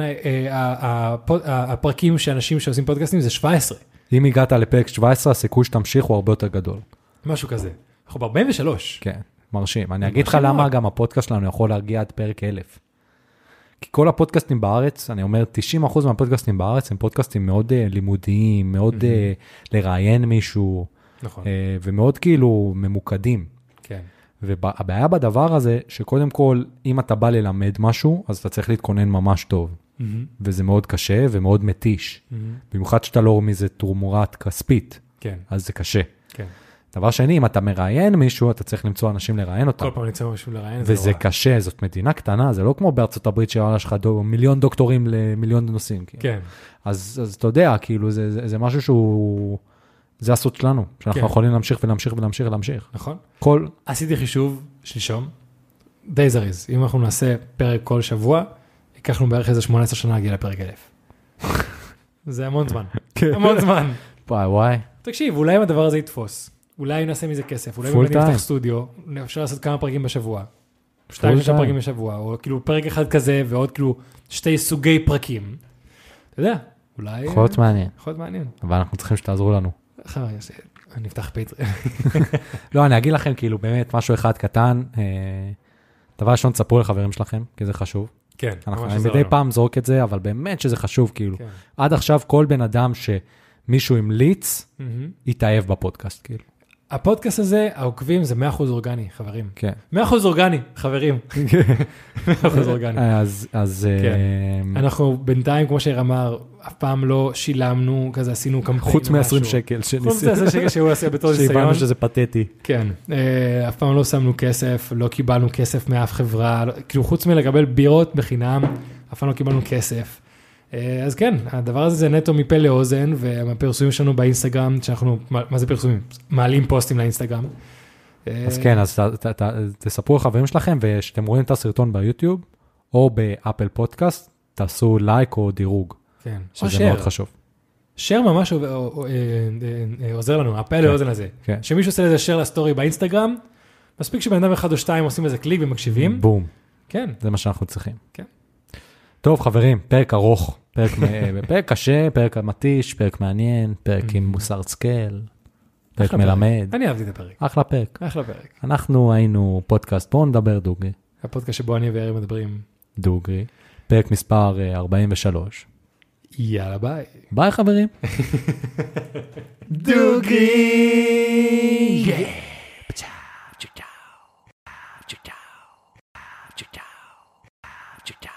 הפרקים שאנשים שעושים פודקאסטים זה 17. אם הגעת לפרק 17, הסיכוי שתמשיך הוא הרבה יותר גדול. משהו כזה. אנחנו ב-43. כן, מרשים. אני אגיד לך למה גם הפודקאסט שלנו יכול להגיע עד פרק 1000. כי כל הפודקאסטים בארץ, אני אומר 90% מהפודקאסטים בארץ, הם פודקאסטים מאוד לימודיים, מאוד לראיין מישהו, ומאוד כאילו ממוקדים. כן. והבעיה בדבר הזה, שקודם כל, אם אתה בא ללמד משהו, אז אתה צריך להתכונן ממש טוב. וזה מאוד קשה ומאוד מתיש. במיוחד שאתה לא רואה מזה תרומורת כספית. כן. אז זה קשה. כן. דבר שני, אם אתה מראיין מישהו, אתה צריך למצוא אנשים לראיין אותם. כל פעם למצוא מישהו לראיין. וזה קשה, זאת מדינה קטנה, זה לא כמו בארצות הברית שעולה לך מיליון דוקטורים למיליון נושאים. כן. אז אתה יודע, כאילו, זה משהו שהוא... זה הסוד שלנו, שאנחנו יכולים להמשיך ולהמשיך ולהמשיך ולהמשיך. נכון. עשיתי חישוב שלשום, די זריז. אם אנחנו נעשה פרק כל שבוע, ייקח לנו בערך איזה 18 שנה להגיע לפרק 1000. זה המון זמן. המון זמן. וואי. תקשיב, אולי אם הדבר הזה יתפוס, אולי נעשה מזה כסף, אולי אם נפתח סטודיו, אפשר לעשות כמה פרקים בשבוע. 2-3 פרקים בשבוע, או כאילו פרק אחד כזה, ועוד כאילו 2 סוגי פרקים. אתה יודע, אולי... יכול להיות מעניין. יכול להיות מעניין. אבל אנחנו צריכים שתעזרו לנו. אני אפתח פייטרי. לא, אני אגיד לכם כאילו באמת משהו אחד קטן, דבר ראשון תספרו לחברים שלכם, כי זה חשוב. כן. אני מדי פעם זורק את זה, אבל באמת שזה חשוב, כאילו. עד עכשיו כל בן אדם שמישהו המליץ, יתאהב בפודקאסט, כאילו. הפודקאסט הזה, העוקבים זה 100% אורגני, חברים. כן. 100% אורגני, חברים. 100% אורגני. אז... אנחנו בינתיים, כמו שאיר אמר, אף פעם לא שילמנו, כזה עשינו קמפיין. חוץ מ-20 שקל. חוץ מ-20 שקל שהוא עשה בתור ניסיון. שהבנו שזה פתטי. כן. אף פעם לא שמנו כסף, לא קיבלנו כסף מאף חברה, כאילו חוץ מלקבל בירות בחינם, אף פעם לא קיבלנו כסף. אז כן, הדבר הזה זה נטו מפה לאוזן, והפרסומים שלנו באינסטגרם, שאנחנו, מה זה פרסומים? מעלים פוסטים לאינסטגרם. אז כן, אז תספרו לחברים שלכם, ושאתם רואים את הסרטון ביוטיוב, או באפל פודקאסט, תעשו לייק או דירוג. כן. שזה מאוד חשוב. שייר ממש עוזר לנו, הפה לאוזן הזה. שמישהו עושה לזה שייר לסטורי באינסטגרם, מספיק שבן אדם אחד או שתיים עושים איזה קליק ומקשיבים. בום. כן. זה מה שאנחנו צריכים. כן. טוב, חברים, פרק ארוך, פרק קשה, פרק מתיש, פרק מעניין, פרק עם מוסר סקל, פרק מלמד. אני אהבתי את הפרק. אחלה פרק. אחלה פרק. אנחנו היינו פודקאסט, בואו נדבר דוגרי. הפודקאסט שבו אני וארי מדברים. דוגרי. פרק מספר 43. יאללה, ביי. ביי, חברים. דוגרי! Ciao.